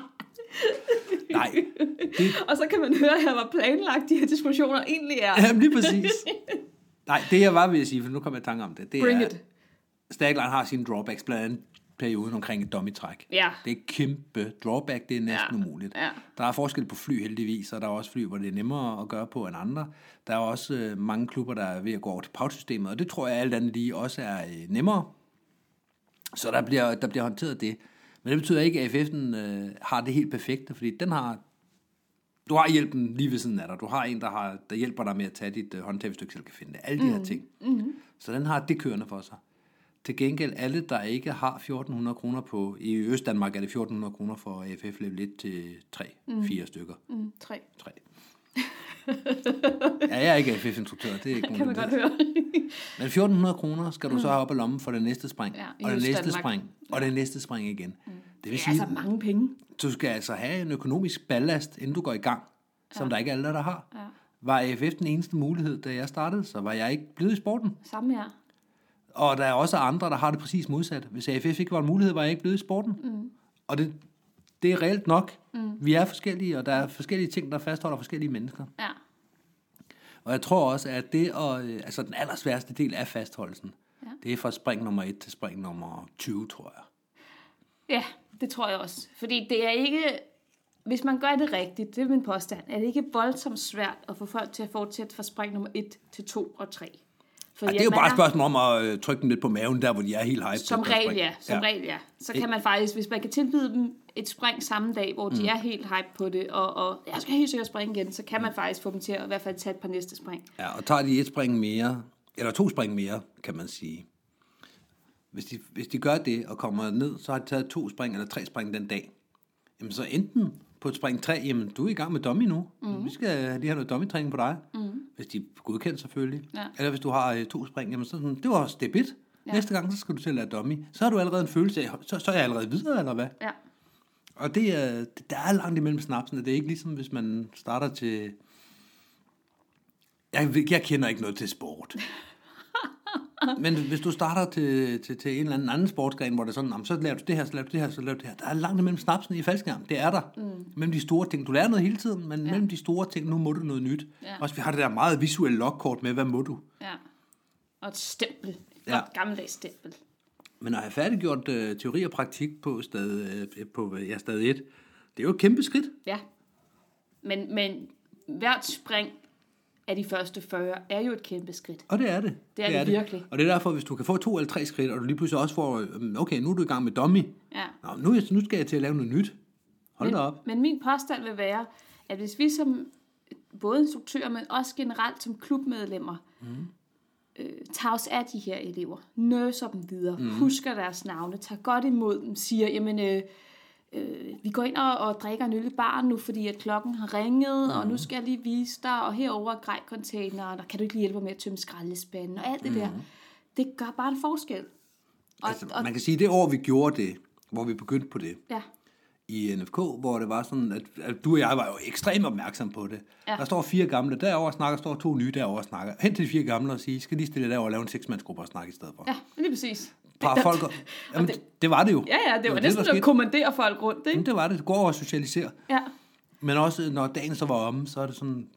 Nej. Og så kan man høre her, hvor planlagt de her diskussioner egentlig er. Jamen lige præcis. Nej, det jeg var ved at sige, for nu kommer jeg i tanke om det. Bring it. Static line har sine drawbacks, blandt andet perioden omkring et dummy-træk. Ja. Det er et kæmpe drawback, det er næsten umuligt. Ja. Der er forskel på fly heldigvis, og der er også fly, hvor det er nemmere at gøre på end andre. Der er også mange klubber, der er ved at gå over til pouch-systemet, og det tror jeg alt andet lige også er nemmere. Så der bliver håndteret det. Men det betyder ikke, at AFF'en har det helt perfekte, fordi du har hjælpen lige ved siden af dig. Du har en, der hjælper dig med at tage dit håndtag, hvis du ikke selv kan finde det. Alle de her ting. Så den har det kørende for sig. Til gengæld alle, der ikke har 1.400 kroner på, i Østdanmark er det 1.400 kroner for AFF level 1 til 4 stykker. 3. Ja, jeg er ikke AFF-instruktør, det er ikke kan man godt høre. Men 1.400 kroner skal du så have op ad lommen for det næste spring, og det næste spring, og det næste spring igen. Det vil sige, altså mange penge. Du skal altså have en økonomisk ballast, inden du går i gang, som der ikke er alle, der har. Ja. Var AFF den eneste mulighed, da jeg startede, så var jeg ikke blevet i sporten. Samme her. Og der er også andre, der har det præcis modsat. Hvis AFF ikke var en mulighed, var jeg ikke blevet i sporten. Og det er reelt nok. Vi er forskellige, og der er forskellige ting, der fastholder forskellige mennesker. Ja. Og jeg tror også, at det altså den allersværeste del af fastholdelsen, det er fra spring nummer 1 til spring nummer 20, tror jeg. Ja, det tror jeg også. Fordi det er ikke, hvis man gør det rigtigt, det er min påstand, er det ikke voldsomt svært at få folk til at fortsætte fra spring nummer 1 til 2 og 3. Fordi det er jo bare et spørgsmål om at trykke dem lidt på maven, der hvor de er helt hype. Som regel, ja. Så kan man faktisk, hvis man kan tilbyde dem et spring samme dag, hvor de er helt hype på det, og jeg skal helt sikkert springe igen, så kan man faktisk få dem til at i hvert fald tage et par næste spring. Ja, og tager de et spring mere, eller 2 spring mere, kan man sige. Hvis de gør det og kommer ned, så har de taget 2 spring eller 3 spring den dag. Jamen så enten på et spring 3, jamen du er i gang med dummy nu. Vi skal lige have noget dummy-træning på dig. Hvis de er godkendt selvfølgelig. Ja. Eller hvis du har 2 spring, jamen så sådan, det var step 1. Ja. Næste gang, så skal du til at lære dummy. Så har du allerede en følelse af, så er jeg allerede videre, eller hvad? Ja. Og der er langt imellem snapsene. Det er ikke ligesom, hvis man starter til... Jeg kender ikke noget til sport. Men hvis du starter til en eller anden sportsgren, hvor det er sådan, så laver du det her, så laver du det her, så laver du det her. Der er langt imellem snapsene i faldskærm. Det er der. Mellem de store ting. Du lærer noget hele tiden, men mellem de store ting, nu må du noget nyt. Ja. Også vi har det der meget visuelle logkort med, hvad må du? Ja. Og et stempel. Et gammeldags stempel. Men at have færdiggjort teori og praktik på stad 1, det er jo et kæmpe skridt. Ja. Men hvert spring af de første 40 er jo et kæmpe skridt. Og det er det. Det er det virkelig. Og det er derfor, hvis du kan få 2 eller 3 skridt, og du lige pludselig også får, okay, nu er du i gang med dummy. Ja. Nå, nu skal jeg til at lave noget nyt. Hold da op. Men min påstand vil være, at hvis vi som både instruktører, men også generelt som klubmedlemmer, tager os af de her elever, nurser dem videre, husker deres navne, tager godt imod dem, siger, jamen... vi går ind og drikker en øl i baren nu, fordi at klokken har ringet, og nu skal jeg lige vise dig, og herover er grej-containeren, og kan du ikke lige hjælpe mig med at tømme skraldespanden, og alt det der. Det gør bare en forskel. Og man kan sige, det år vi gjorde det, hvor vi begyndte på det, i NFK, hvor det var sådan, at du og jeg var jo ekstremt opmærksom på det. Ja. Der står 4 gamle derovre og snakker, står 2 nye derovre og snakker. Hen til de 4 gamle og sige, skal lige stille derovre og lave en 6-mandsgruppe og snakke i stedet for. Ja, lige præcis. Jamen, det var det jo. Ja, det var næsten at kommandere folk rundt, ikke? Jamen, det var det. Det går over at socialisere. Ja. Men også, når dagen så var omme, så er det sådan...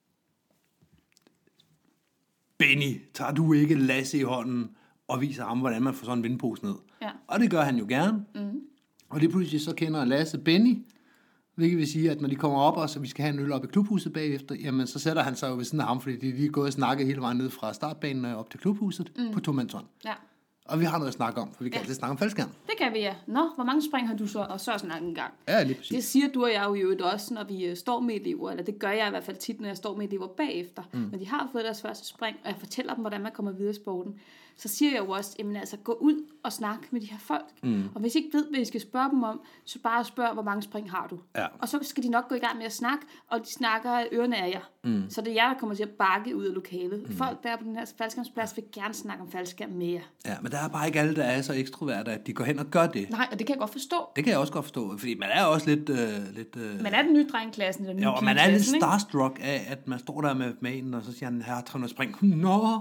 Benny, tager du ikke Lasse i hånden og viser ham, hvordan man får sådan en vindpose ned? Ja. Og det gør han jo gerne. Og lige pludselig så kender Lasse Benny, hvilket vil sige, at når de kommer op, og så vi skal have en øl op i klubhuset bagefter, jamen så sætter han sig jo ved siden af ham, fordi de er lige gået og snakket hele vejen ned fra startbanen op til klubhuset på 2-mandshånd. Ja. Og vi har noget at snakke om, for vi kan altid snakke om faldskærm. Det kan vi, ja. Nå, hvor mange spring har du så, og så snakket en gang? Ja, lige præcis. Det siger du og jeg jo i også, når vi står med elever, eller det gør jeg i hvert fald tit, når jeg står med elever bagefter. Når de har fået deres første spring, og jeg fortæller dem, hvordan man kommer videre i sporten, så siger jeg jo også, jamen altså, gå ud og snak med de her folk. Og hvis I ikke ved, hvad I skal spørge dem om, så bare spørg, hvor mange spring har du. Ja. Og så skal de nok gå i gang med at snakke, og de snakker ørerne af jer. Så det er jer, der kommer til at bakke ud af lokalet. Folk der på den her faldskærmsplads vil gerne snakke om faldskærm med jer. Ja, men der er bare ikke alle, der er så ekstroverte, at de går hen og gør det. Nej, og det kan jeg godt forstå. Det kan jeg også godt forstå, fordi man er også lidt... Man er den nye drengklassen, eller den nye og man er lidt starstruck af, at man står der med en, og så siger han, her 300 spring. Nå!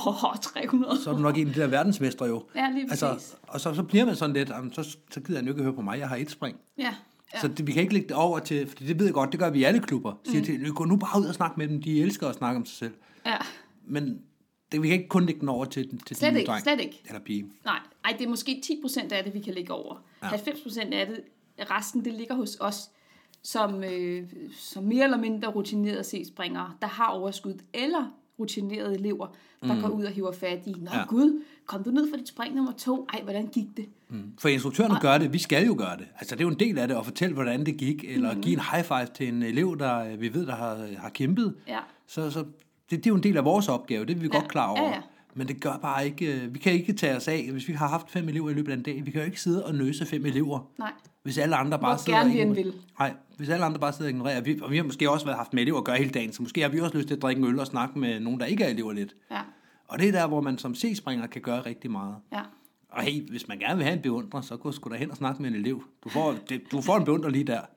300. Så er du nok en af de der verdensmestre jo. Ja, lige præcis. Altså, og så bliver man sådan lidt, så gider han jo ikke høre på mig, jeg har 1 spring. Ja. Så vi kan ikke lægge det over til, for det ved jeg godt, det gør vi i alle klubber. Siger til, gå nu bare ud og snakke med dem, de elsker at snakke om sig selv. Ja. Men vi kan ikke kun lægge den over til den nye dreng. Slet ikke. Eller pige. Nej, det er måske 10% af det, vi kan lægge over. Ja. 90% af det, resten, det ligger hos os, som mere eller mindre rutinerede C-springere, der har overskud, eller rutinerede elever, der går ud og hiver fat i, gud, kom du ned for dit spring nummer 2? Ej, hvordan gik det? For instruktørerne gør det, vi skal jo gøre det. Altså, det er jo en del af det, at fortælle, hvordan det gik, eller give en high five til en elev, der vi ved, der har kæmpet. Ja. Så det er jo en del af vores opgave, det er vi godt klar over. Ja, ja. Men det gør bare ikke, vi kan ikke tage os af, hvis vi har haft 5 elever i løbet af en dag, vi kan jo ikke sidde og nøse 5 elever. Nej. Hvis alle andre bare sidder og ignorerer. Nej, hvis alle andre bare sidder og ignorerer. Og vi har måske også haft med elever at gøre hele dagen, så måske har vi også lyst til at drikke en øl og snakke med nogen, der ikke er elever lidt. Ja. Og det er der, hvor man som C-springer kan gøre rigtig meget. Ja. Og hey, hvis man gerne vil have en beundrer, så gå sgu da hen og snakke med en elev. Du får en beundrer lige der. Ja, ja.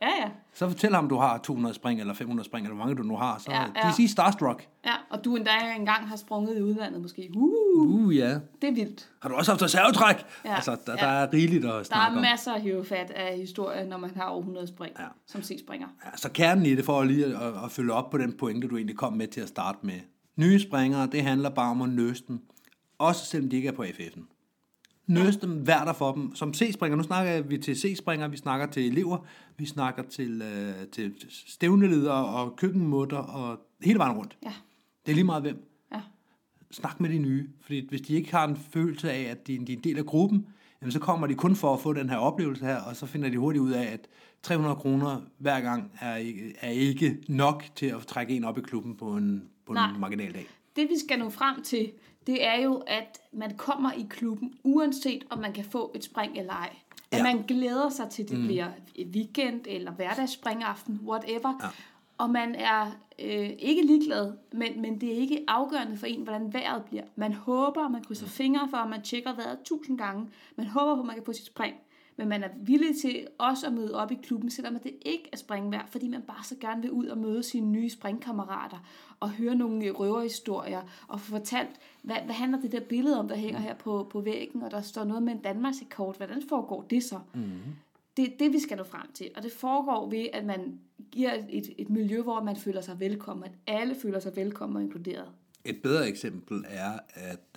Så fortæl ham, du har 200 spring, eller 500 spring, eller hvor mange du nu har. Så de siger starstruck. Ja, og du engang har sprunget i udlandet måske. Ja. Det er vildt. Har du også haft reservetræk? Ja. Altså, der er rigeligt at snakke om. Der er masser af hivefat af historier, når man har over 100 spring, som C-springer. Ja, så kernen i det, for lige at følge op på den pointe, du egentlig kom med til at starte med. Nye springere, det handler bare om at nøse dem. Også selvom de ikke er på AFF'en. Nøse dem, vær der for dem. Som C-springer, nu snakker vi til C-springer, vi snakker til elever, vi snakker til stævneledere og køkkenmutter og hele vejen rundt. Ja. Det er lige meget hvem. Ja. Snak med de nye, fordi hvis de ikke har en følelse af, at de er en del af gruppen, jamen så kommer de kun for at få den her oplevelse her, og så finder de hurtigt ud af, at 300 kroner hver gang er ikke nok til at trække en op i klubben på en marginaldag. Det vi skal nå frem til, det er jo, at man kommer i klubben, uanset om man kan få et spring eller ej. At man glæder sig til, det bliver weekend eller hverdagsspringaften, whatever. Ja. Og man er ikke ligeglad, men det er ikke afgørende for en, hvordan vejret bliver. Man håber, man krydser fingre for, man tjekker vejret 1000 gange. Man håber på, at man kan få sit spring. Men man er villig til også at møde op i klubben, selvom det ikke er springvejr, fordi man bare så gerne vil ud og møde sine nye springkammerater, og høre nogle røverhistorier, og få fortalt, hvad handler det der billede om, der hænger her på væggen, og der står noget med en Danmarksrekord. Hvordan foregår det så? Det er det, vi skal nå frem til. Og det foregår ved, at man giver et miljø, hvor man føler sig velkommen, at alle føler sig velkommen og inkluderet. Et bedre eksempel er, at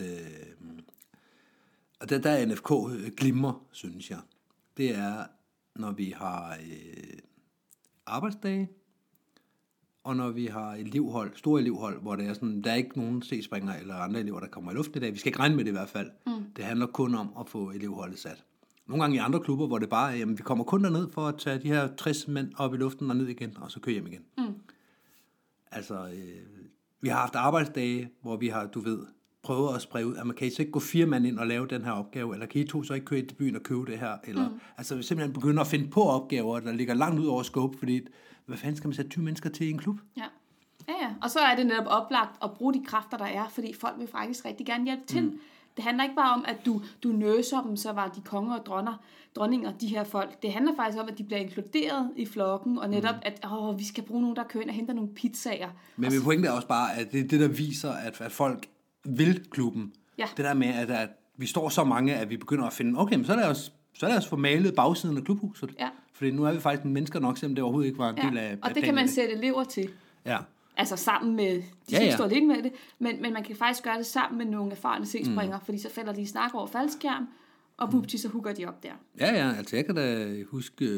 og der er NFK glimmer, synes jeg. Det er, når vi har arbejdsdage, og når vi har elevhold, store elevhold, hvor det er sådan, der er ikke nogen C-springere eller andre elever, der kommer i luften i dag. Vi skal ikke regne med det i hvert fald. Det handler kun om at få elevholdet sat. Nogle gange i andre klubber, hvor det bare er, jamen vi kommer kun derned for at tage de her 60 mænd op i luften og ned igen, og så køre hjem igen. Altså, vi har haft arbejdsdage, hvor vi har, prøvet at sprede ud, at man kan I så ikke gå 4 mand ind og lave den her opgave, eller kan I 2 så ikke køre ind til byen og købe det her, eller altså vi simpelthen begynder at finde på opgaver, der ligger langt ud over scope, fordi hvad fanden skal man sætte 20 mennesker til i en klub? Ja. Og så er det netop oplagt at bruge de kræfter, der er, fordi folk vil faktisk rigtig gerne hjælpe til. Det handler ikke bare om, at du nøser dem, så var de konger og dronninger, de her folk. Det handler faktisk om, at de bliver inkluderet i flokken, og netop, at vi skal bruge nogen, der kører ind og henter nogle pizzaer. Men min pointe er også bare, at det er det, der viser, at folk vil klubben. Ja. Det der med, at vi står så mange, at vi begynder at finde, okay, men så lad os få malet bagsiden af klubhuset. Ja. Fordi nu er vi faktisk mennesker nok, selvom det overhovedet ikke var en del af og det kan man sætte elever til. Ja. Altså sammen med, de skal ikke stå alene med det, men man kan faktisk gøre det sammen med nogle erfarne C-springere, fordi så falder de i snak over faldskærm, og bupti, så hugger de op der. Ja, altså jeg kan da huske,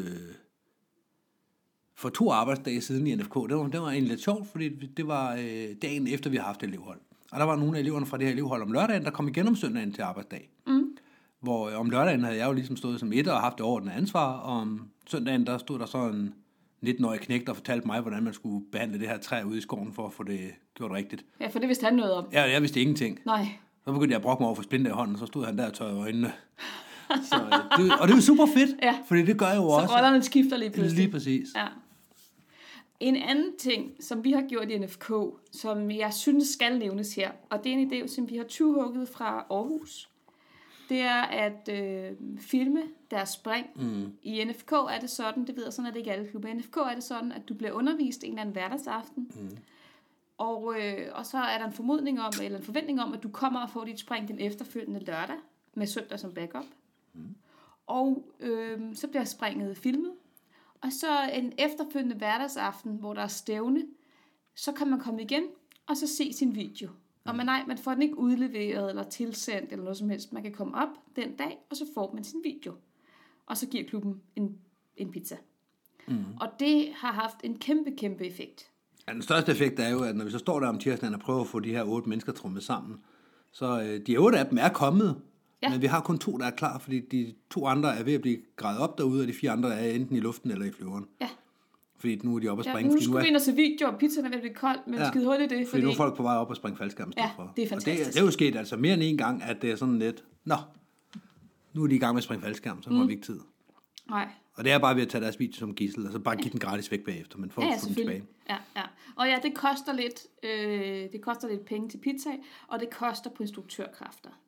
for 2 arbejdsdage siden i NFK, det var egentlig lidt sjovt, fordi det var dagen efter, vi har haft elevhold. Og der var nogle af eleverne fra det her elevhold om lørdagen, der kom igen om søndagen til arbejdsdag. Hvor om lørdagen havde jeg jo ligesom stået som etter og haft det overordnede ansvar, og om søndagen, der stod der så en 19-årig knægt, der fortalte mig, hvordan man skulle behandle det her træ ude i skoven, for at få det gjort rigtigt. Ja, for det vidste han noget om. Ja, jeg vidste ingenting. Nej. Så begyndte jeg at brokke mig over for splinter i hånden, og så stod han der og tørrede øjnene. Og det var super fedt, fordi det gør jo også. Så rollerne skifter lige pludselig. Lige præcis. Ja. En anden ting, som vi har gjort i NFK, som jeg synes skal nævnes her, og det er en idé, som vi har tyvhugget fra Aarhus, det er at filme deres spring. I NFK er det sådan, det ved jeg sådan, at det ikke alle klubber. I NFK er det sådan, at du bliver undervist en eller anden hverdagsaften, og så er der en formodning om, eller en forventning om, at du kommer og får dit spring den efterfølgende lørdag, med søndag som backup. Og så bliver springet filmet, og så en efterfølgende hverdagsaften, hvor der er stævne, så kan man komme igen, og så se sin video. Og man får den ikke udleveret eller tilsendt eller noget som helst. Man kan komme op den dag, og så får man sin video. Og så giver klubben en pizza. Og det har haft en kæmpe effekt. Ja, den største effekt er jo, at når vi så står der om tirsdagen og prøver at få de her 8 mennesker trummet sammen, så de 8 af dem er kommet, men vi har kun 2, der er klar, fordi de 2 andre er ved at blive gradet op derude, og de 4 andre er enten i luften eller i flyveren. Ja. Fordi nu er de oppe at springe. Nu skulle vi ind og se video, og pizzaen er ved at blive kold, men skide hurtigt det. Fordi nu er folk på vej op og springe faldskærm. Ja, det er fantastisk. Og det er jo sket altså mere end en gang, at det er sådan lidt, nu er de i gang med at springe faldskærm, så nu har vi ikke tid. Nej. Og det er bare ved at tage deres video som gidsel, og så bare give den gratis væk bagefter, men få den tilbage. Ja. Og det koster lidt penge til pizza, og det koster på instruktørkræfter.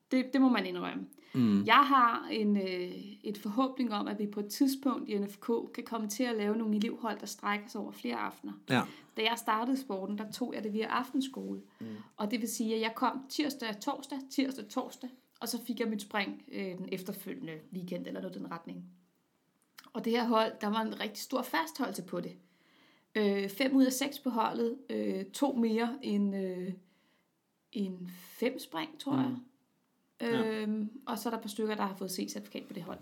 Det må man indrømme. Jeg har et forhåbning om, at vi på et tidspunkt i NFK kan komme til at lave nogle elevhold, der strækker sig over flere aftener. Ja. Da jeg startede sporten, der tog jeg det via aftenskole. Og det vil sige, at jeg kom tirsdag, torsdag, og så fik jeg mit spring den efterfølgende weekend, eller noget den retning. Og det her hold, der var en rigtig stor fastholdelse på det. 5 ud af 6 på holdet, 2 mere end 5 spring, tror jeg. Og så er der et par stykker, der har fået C-certifikat på det hold.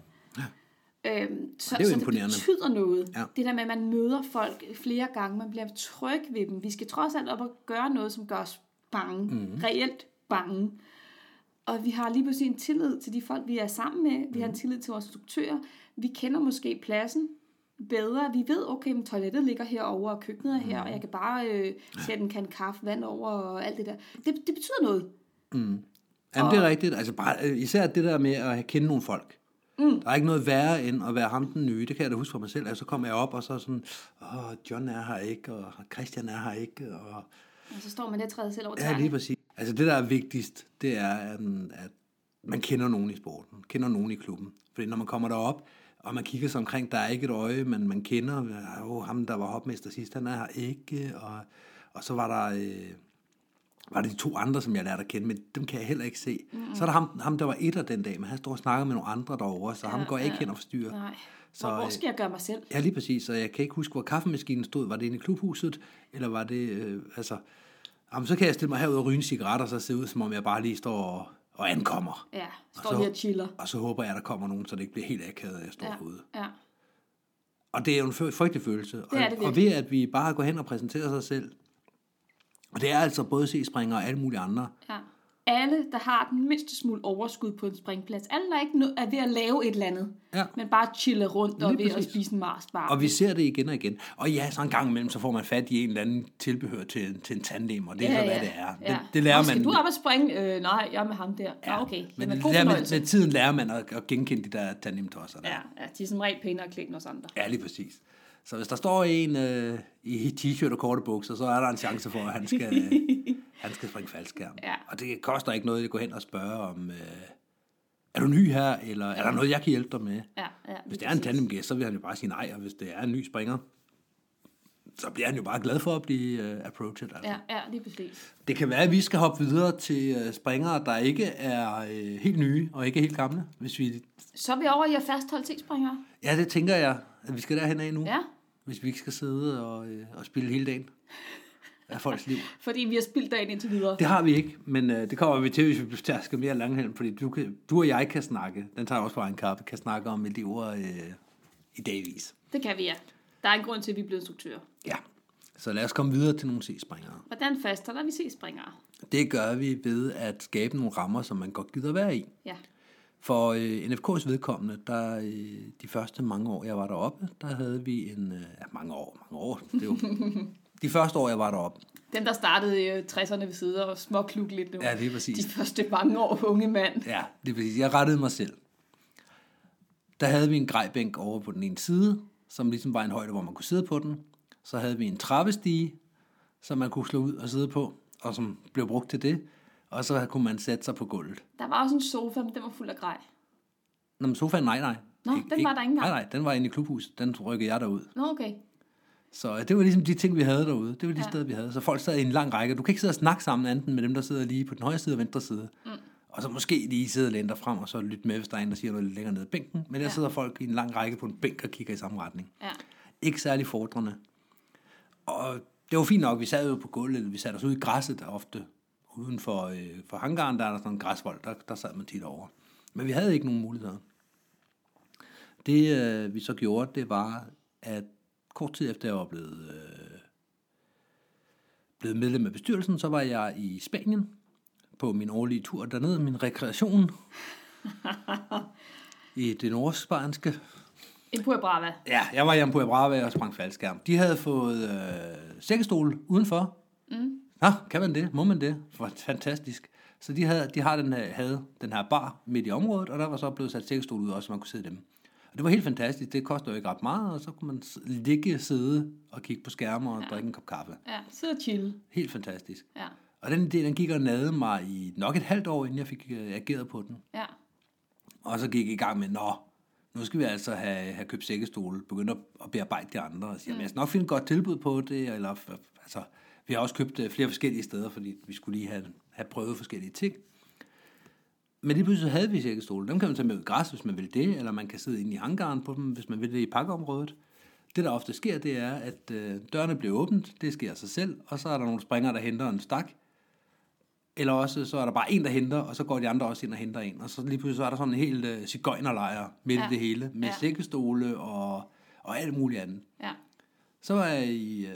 Ja. Så det betyder noget. Ja. Det der med, at man møder folk flere gange, man bliver tryg ved dem. Vi skal trods alt op og gøre noget, som gør os bange. Reelt bange. Og vi har lige pludselig en tillid til de folk, vi er sammen med. Vi har en tillid til vores instruktører. Vi kender måske pladsen bedre. Vi ved, okay, men toilettet ligger herovre, og køkkenet er her, og jeg kan bare sætte en kan kaffe, vand over, og alt det der. Det betyder noget. Jamen, det er rigtigt. Altså, bare, især det der med at kende nogle folk. Der er ikke noget værre end at være ham den nye. Det kan jeg da huske for mig selv. Altså, så kommer jeg op, og så er sådan, John er her ikke, og Christian er her ikke. Og så står man der og træder selv over tæerne. Ja, lige præcis. Altså, det der er vigtigst, det er, at man kender nogen i sporten. Kender nogen i klubben. Fordi når man kommer derop, og man kigger sig omkring, der er ikke et øje, men man kender, ham der var hopmester sidst, han er her ikke. Og så var der de 2 andre, som jeg lærte at kende, men dem kan jeg heller ikke se. Så er der ham der var etter den dag, men han står og snakker med nogle andre derovre, så ham går jeg ikke hen og forstyrrer. Nej. Hvor skal jeg gøre mig selv? Ja, lige præcis, så jeg kan ikke huske, hvor kaffemaskinen stod. Var det inde i klubhuset, eller var det, så kan jeg stille mig herud og ryge en cigaret, og så se ud, som om jeg bare lige står og ankommer. Ja, står lige og chiller. Og så håber jeg, at der kommer nogen, så det ikke bliver helt akavet, at jeg står herude. Ja. Og det er jo en frygtelig følelse. Og ved at vi bare går hen og præsenterer sig selv, og det er altså både C-springere og alle mulige andre. Ja. Alle, der har den mindste smule overskud på en springplads. Alle, der ikke er ved at lave et eller andet. Ja. Men bare chille rundt og ved at spise en Mars-bar. Og vi ser det igen og igen. Og ja, så en gang imellem, så får man fat i en eller anden tilbehør til en tandem, og det er så, hvad det er. Ja. Det lærer man. Skal du op og springe? Nej, jeg er med ham der. Ja. Okay. Men med tiden lærer man at genkende de der tandemtosser. Ja, de er som regel pænere klædt end os andre. Ja, lige præcis. Så hvis der står en i t-shirt og korte bukser, så er der en chance for, at han skal springe faldskærm. Ja. Og det koster ikke noget at gå hen og spørge om, er du ny her, eller er der noget, jeg kan hjælpe dig med? Ja, hvis det er en tandemgæst, så vil han jo bare sige nej, og hvis det er en ny springer, så bliver han jo bare glad for at blive approached. Altså. Ja, lige præcis. Det kan være, at vi skal hoppe videre til springere, der ikke er helt nye og ikke er helt gamle. Så er vi over i at fastholde T-springere. Ja, det tænker jeg, at vi skal derhen af nu. Ja. Hvis vi ikke skal sidde og spille hele dagen af folks liv. Fordi vi har spildt dagen indtil videre. Det har vi ikke, men det kommer vi til, hvis vi skal mere langhelm, fordi du og jeg kan snakke, den tager også på en kappe, kan snakke om elever i dagvis. Det kan vi, ja. Der er en grund til, at vi er blevet instruktører. Ja, så lad os komme videre til nogle C-springere. Hvordan fastholder vi C-springere? Det gør vi ved at skabe nogle rammer, som man godt gider være i. Ja. For NFK's vedkommende, der de første mange år, jeg var deroppe, der havde vi mange år, det er jo de første år, jeg var deroppe. Dem, der startede i 60'erne ved siden og småkluk lidt nu. Ja, det er præcis. De første mange år, unge mand. Ja, det er præcis. Jeg rettede mig selv. Der havde vi en grejbænk over på den ene side, som ligesom var en højde, hvor man kunne sidde på den. Så havde vi en trappestige, som man kunne slå ud og sidde på, og som blev brugt til det. Og så kunne man sætte sig på gulvet. Der var også en sofa, men den var fuld af grej. Nå, men sofaen, nej. Nå, den var der ikke engang. Nej, den var inde i klubhuset. Den rykkede jeg derud. Nå, okay. Så det var ligesom de ting, vi havde derude. Det var de steder, vi havde. Så folk sad i en lang række. Du kan ikke sidde og snakke sammen enten med dem, der sidder lige på den højre side og venstre side. Og så måske lige sidde og læne dig frem, og så lytte med, hvis der er en, der siger noget lidt længere nede i bænken. Men der sidder folk i en lang række på en bænk og kigger i samme retning. Ja. Ikke særlig fordrende. Og det var fint nok. Vi sad jo på gulvet. Vi satte os ud i græsset ofte. Uden for hangaren, der er der sådan en græsvold. Der sad man tit over. Men vi havde ikke nogen muligheder. Det vi så gjorde, det var, at kort tid efter jeg var blevet medlem af bestyrelsen, så var jeg i Spanien på min årlige tur dernede, min rekreation i det nordspanske. I Puerto Brava. Ja, jeg var i Puerto Brava og sprang faldskærm. De havde fået sækkestol udenfor. Nå, kan man det? Må man det? Fantastisk. Så de havde den her bar midt i området, og der var så blevet sat sækkestol ud også, så man kunne sidde dem. Og det var helt fantastisk. Det koster jo ikke ret meget, og så kunne man sidde og kigge på skærme og drikke en kop kaffe. Ja, sidde og chill. Helt fantastisk. Ja. Og den idé, den gik og nagede mig i nok et halvt år, inden jeg fik ageret på den. Ja. Og så gik jeg i gang med, nu skal vi altså have købt sækkestole, begynde at bearbejde de andre, og sige, jeg skal nok finde et godt tilbud på det, eller, altså, vi har også købt flere forskellige steder, fordi vi skulle lige have prøvet forskellige ting. Men lige pludselig havde vi sækkestole. Dem kan man tage med ud i græs, hvis man vil det, eller man kan sidde inde i hangaren på dem, hvis man vil det i pakkeområdet. Det, der ofte sker, det er, at dørene bliver åbent, det sker af sig selv, og så er der nogle springere, der henter en stak, eller også så er der bare en, der henter, og så går de andre også ind og henter en. Og så lige pludselig så er der sådan en helt sigøjnerlejr midt i det hele, med sækkestole og alt muligt andet. Ja. Så var jeg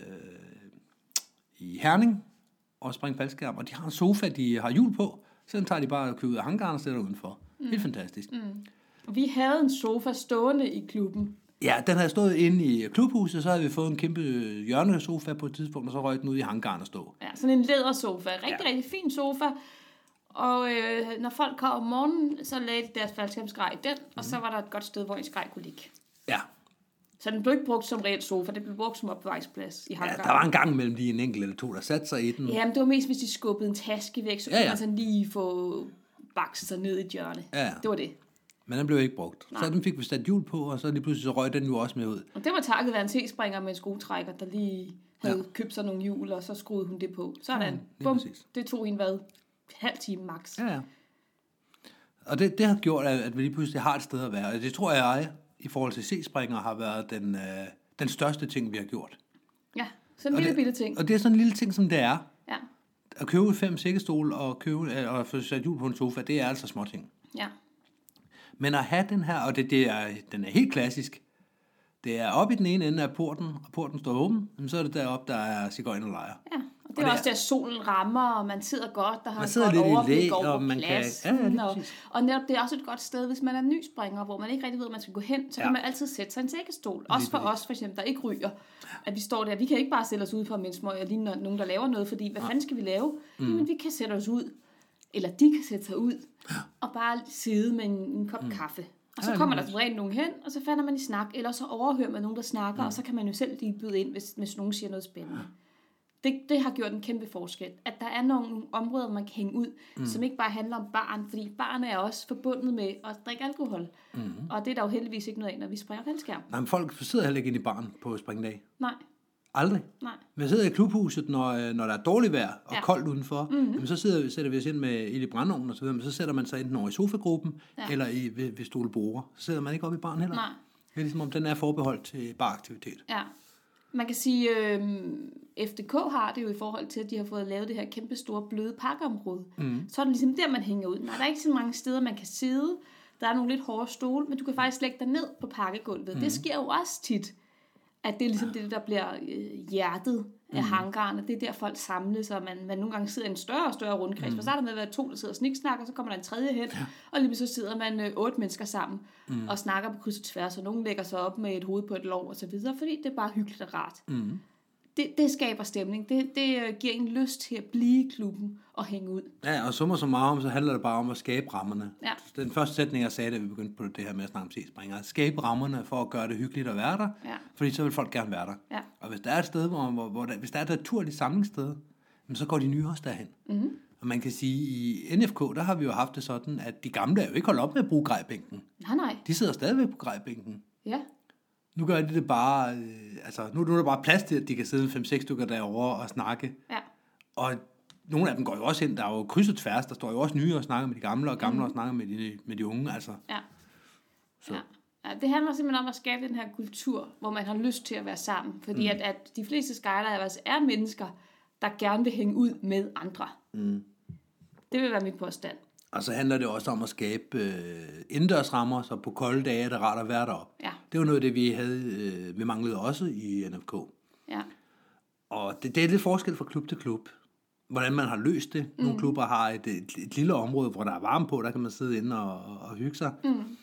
i Herning og springe faldskærm, og de har en sofa, de har hjul på, så den tager de bare og køber ud af hangaren og sætter udenfor. Helt fantastisk. Vi havde en sofa stående i klubben. Ja, den havde stået inde i klubhuset, så havde vi fået en kæmpe hjørnesofa på et tidspunkt, og så røg den ud i hangaren og stå. Ja, sådan en lædersofa. Rigtig fin sofa. Og når folk kom om morgenen, så lagde de deres faldskærmsgrej i den, og så var der et godt sted, hvor en grej kunne ligge. Ja. Så den blev ikke brugt som reelt sofa, det blev brugt som opbevaringsplads i hangaren. Ja, der var en gang mellem lige en enkelt eller to, der satte sig i den. Jamen, det var mest, hvis de skubbede en taske væk, så kunne man sådan lige få bakset sig ned i et hjørne. Ja. Det var det. Men den blev ikke brugt. Nej. Så den fik vi sat hjul på, og så lige pludselig så røg den jo også med ud. Og det var takket være en T-springer med en skruetrækker, der lige havde købt sig nogle hjul, og så skruede hun det på. Sådan. Bum. Det tog hende halv time max. Ja. Og det har gjort, at vi lige pludselig har et sted at være. Og det tror jeg, i forhold til C-springer, har været den største ting, vi har gjort. Ja, sådan en lille bitte ting. Og det er sådan en lille ting, som det er. Ja. At købe 5 sækkestole og få sat hjul på en sofa, det er altså småting. Ja. Men at have den her, og den er helt klassisk, det er oppe i den ene ende af porten, og porten står åben, så er det deroppe, der er sigøjnerlejre. Ja, og det er også der solen rammer, og man sidder godt, der har et godt overblik over og man pladsen. Og netop det er også et godt sted, hvis man er nyspringer, hvor man ikke rigtig ved, hvor man skal gå hen, så kan man altid sætte sig en sækkestol. Også for os, for eksempel, der ikke ryger. At vi står der, vi kan ikke bare sætte os ud for mennesker, lige nogen, der laver noget, fordi hvad fanden skal vi lave? Men vi kan sætte os ud, eller de kan sætte sig ud, og bare sidde med en kop kaffe. Og så kommer der som regel nogen hen, og så falder man i snak, eller så overhører man nogen, der snakker, og så kan man jo selv lige byde ind, hvis nogen siger noget spændende. Det har gjort en kæmpe forskel, at der er nogle områder, man kan hænge ud, som ikke bare handler om baren, fordi baren er også forbundet med at drikke alkohol. Og det er der jo heldigvis ikke noget af, når vi springer faldskærm. Nej, men folk sidder heller ikke inde i baren på springdag. Nej. Aldrig. Nej. Vi sidder i klubhuset, når der er dårligt vejr og koldt udenfor, jamen, så sætter vi os ind med ild i brændeovnen og så videre, men så sætter man sig enten over i sofagruppen, eller ved stoleborde. Så sidder man ikke oppe i baren heller. Nej. Det er ligesom, om den er forbeholdt til baraktivitet. Ja. Man kan sige, FDK har det jo i forhold til, at de har fået lavet det her kæmpe store bløde pakkeområde. Så er det ligesom der, man hænger ud. Nej, der er ikke så mange steder, man kan sidde. Der er nogle lidt hårde stole, men du kan faktisk lægge dig ned på pakkegulvet. Det sker jo også tit, at det er ligesom det, der bliver hjertet af hangarerne. Det er der, folk samles, og man nogle gange sidder i en større og større rundkreds. For så er der med at være 2, der sidder og sniksnakker, så kommer der en tredje hen, og lige så sidder man 8 mennesker sammen og snakker på kryds og tværs, og nogen lægger sig op med et hoved på et lov og så videre, fordi det er bare hyggeligt og rart. Det skaber stemning. Det giver en lyst til at blive i klubben og hænge ud. Ja, og summa summarum, så handler det bare om at skabe rammerne. Ja. Den første sætning, jeg sagde, da vi begyndte på det her med at snakke om C-springer, at skabe rammerne for at gøre det hyggeligt at være der, fordi så vil folk gerne være der. Ja. Og hvis der er et sted, hvis der er et naturligt samlingssted, så går de nye også derhen. Og man kan sige, i NFK, der har vi jo haft det sådan, at de gamle er jo ikke holdt op med at bruge grejbænken. Nej. De sidder stadigvæk på grejbænken. Ja. Nu gør de det bare, nu er der bare plads til, at de kan sidde 5-6 stykker derovre og snakke. Ja. Og nogle af dem går jo også ind, der er jo kryds og tværs, der står jo også nye og snakker med de gamle, og gamle og snakker med de unge, altså. Ja. Så. Ja, det handler simpelthen om at skabe den her kultur, hvor man har lyst til at være sammen, fordi at de fleste skydivers er mennesker, der gerne vil hænge ud med andre. Det vil være min påstand. Og så handler det også om at skabe indendørsrammer, så på kolde dage er det rart at være deroppe. Ja. Det var noget af det, vi manglede også i NFK. Ja. Og det er lidt forskel fra klub til klub, hvordan man har løst det. Nogle klubber har et lille område, hvor der er varme på, der kan man sidde inde og hygge sig.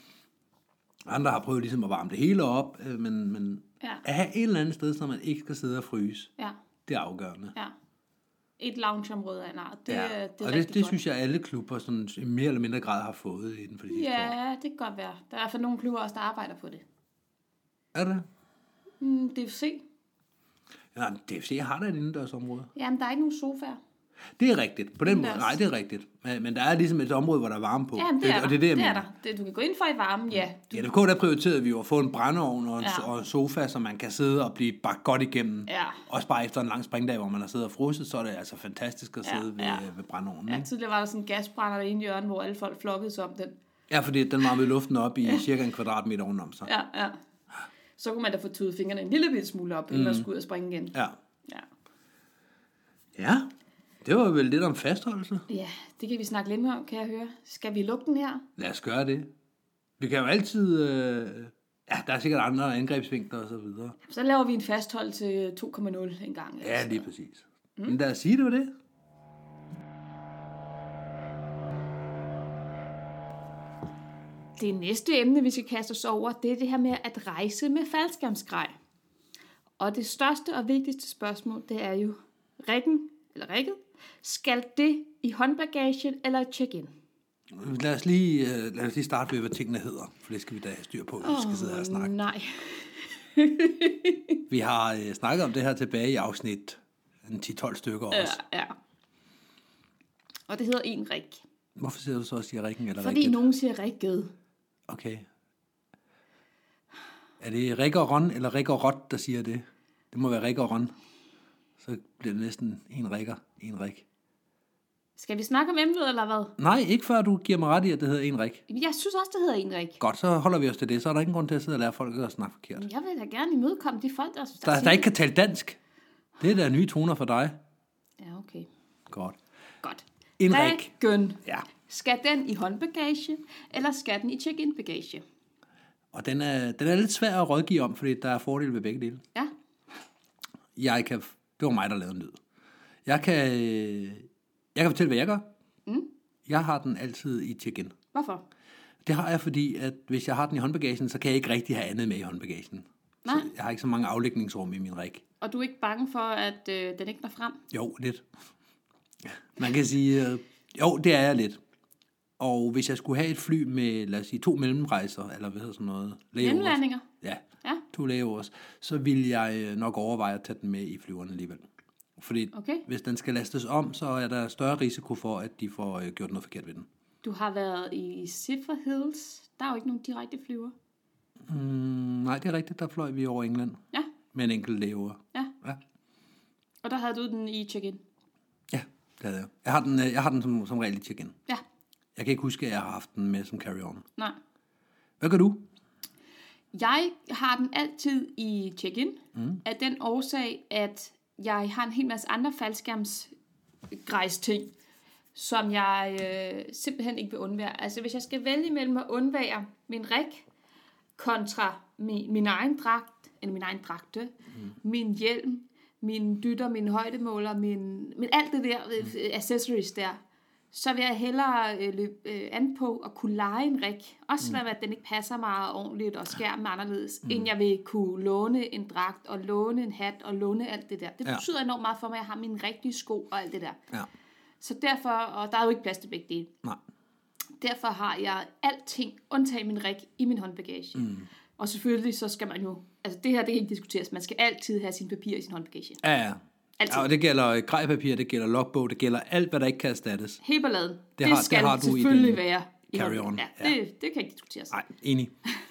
Andre har prøvet ligesom at varme det hele op, men at have et eller andet sted, så man ikke skal sidde og fryse, det er afgørende. Ja. Et loungeområde af en art. Det synes jeg, alle klubber sådan, i mere eller mindre grad har fået inden for de sidste år. Ja, det kan godt være. Der er i hvert fald nogle klubber også, der arbejder på det. Er det? DFC. Ja, DFC har da et indendørsområde. Jamen, der er ikke nogen sofaer. Det er rigtigt. På den måde, nej, det er rigtigt. Men der er ligesom et område, hvor der er varme på. Ja, det er der. Og det er det, jeg det er mener. der. Det, du kan gå ind for i varmen, ja. Ja, det der prioriterede vi jo at få en brændeovn og en sofa, så man kan sidde og blive bagt godt igennem. Ja. Også bare efter en lang springdag, hvor man har siddet og frosset, så er det altså fantastisk at sidde ved brændeovnen. Ja, tidligere var der sådan en gasbrænder i en hjørne, hvor alle folk flokkede sig om den. Ja, fordi den varmede luften op i cirka en kvadratmeter rundt om sig. Ja. Så kunne man da få tydet fingrene en lille bitte smule op, inden man skulle ud og springe igen. Ja, det var vel lidt om fastholdelse. Ja, det kan vi snakke lidt mere om, kan jeg høre. Skal vi lukke den her? Lad os gøre det. Vi kan jo altid... der er sikkert andre angrebsvinkler og så videre. Så laver vi en fastholdelse 2,0 en gang. Ja, lige præcis. Men lad os sige det det. Det næste emne, vi skal kaste os over, det er det her med at rejse med faldskærmsgrej. Og det største og vigtigste spørgsmål, det er jo, rigget, skal det i håndbagagen eller check-in? Lad os lige starte ved, hvad tingene hedder, for det skal vi da have styr på, hvis vi skal sidde her og snakke. Nej. Vi har snakket om det her tilbage i afsnit 10-12 stykker også. Ja. Og det hedder en rig. Hvorfor siger du så også, siger riggen eller Fordi rigget? nogen siger rigget. Okay. Er det Rik og Ron eller Rik og Rot, der siger det? Det må være Rik og Ron. Så bliver det næsten en rikker, en rik. Skal vi snakke om emnet, eller hvad? Nej, ikke før du giver mig ret i, at det hedder en rik. Jeg synes også, det hedder en rig. Godt, så holder vi os til det. Så er der ingen grund til at sidde og lære folk at snakke forkert. Jeg vil da gerne imødekomme de folk, Der ikke kan tale dansk. Det er der nye toner for dig. Ja, okay. Godt. En rig. Riggen. Ja. Skal den i håndbagage, eller skal den i check-in bagage? Og den er lidt svær at rådgive om, fordi der er fordele ved begge dele. Ja. Det var mig, der lavede en lyd. Jeg kan fortælle, hvad jeg gør. Jeg har den altid i check-in. Hvorfor? Det har jeg, fordi at hvis jeg har den i håndbagagen, så kan jeg ikke rigtig have andet med i håndbagagen. Nej. Så jeg har ikke så mange aflægningsrum i min rig. Og du er ikke bange for, at den ikke når frem? Jo, lidt. Man kan sige, jo, det er jeg lidt. Og hvis jeg skulle have et fly med, lad os sige, 2 mellemrejser, eller hvad hedder sådan noget? Mellemlandinger? Ja, 2 layovers, så vil jeg nok overveje at tage den med i flyverne alligevel. Fordi hvis den skal lastes om, så er der større risiko for, at de får gjort noget forkert ved den. Du har været i Zephyr Hills. Der er jo ikke nogen direkte flyver. Nej, det er rigtigt. Der fløj vi over England. Ja. Med en enkelt layover. Ja. Og der havde du den i check-in. Ja, det havde jeg. Jeg har den som regel i check-in. Ja. Jeg kan ikke huske, at jeg har haft den med som carry-on. Nej. Hvad gør du? Jeg har den altid i check-in. Af den årsag, at jeg har en hel masse andre faldskærmsgrejs-ting, som jeg simpelthen ikke vil undvære. Altså, hvis jeg skal vælge mellem at undvære min rig kontra min egen dragt, eller min egen dragte, min hjelm, min dytter, min højdemåler, min alt det der accessories der, så vil jeg hellere løbe an på at kunne lege en rig. Også selvom at den ikke passer mig ordentligt, og skærmen er anderledes, end jeg vil kunne låne en dragt, og låne en hat, og låne alt det der. Det betyder enormt meget for mig, at jeg har mine rigtige sko og alt det der. Ja. Så derfor, og der er jo ikke plads til begge dele. Nej. Derfor har jeg alting, undtagen min rig, i min håndbagage. Og selvfølgelig så skal man jo, altså det her, det kan ikke diskuteres, man skal altid have sine papirer i sin håndbagage. Ja. Ja, og det gælder grejpapir, det gælder logbog, det gælder alt, hvad der ikke kan erstattes. Helt balladen. Det skal det har du selvfølgelig være i carry-on. Ja, det kan ikke diskuteres. Nej, enig.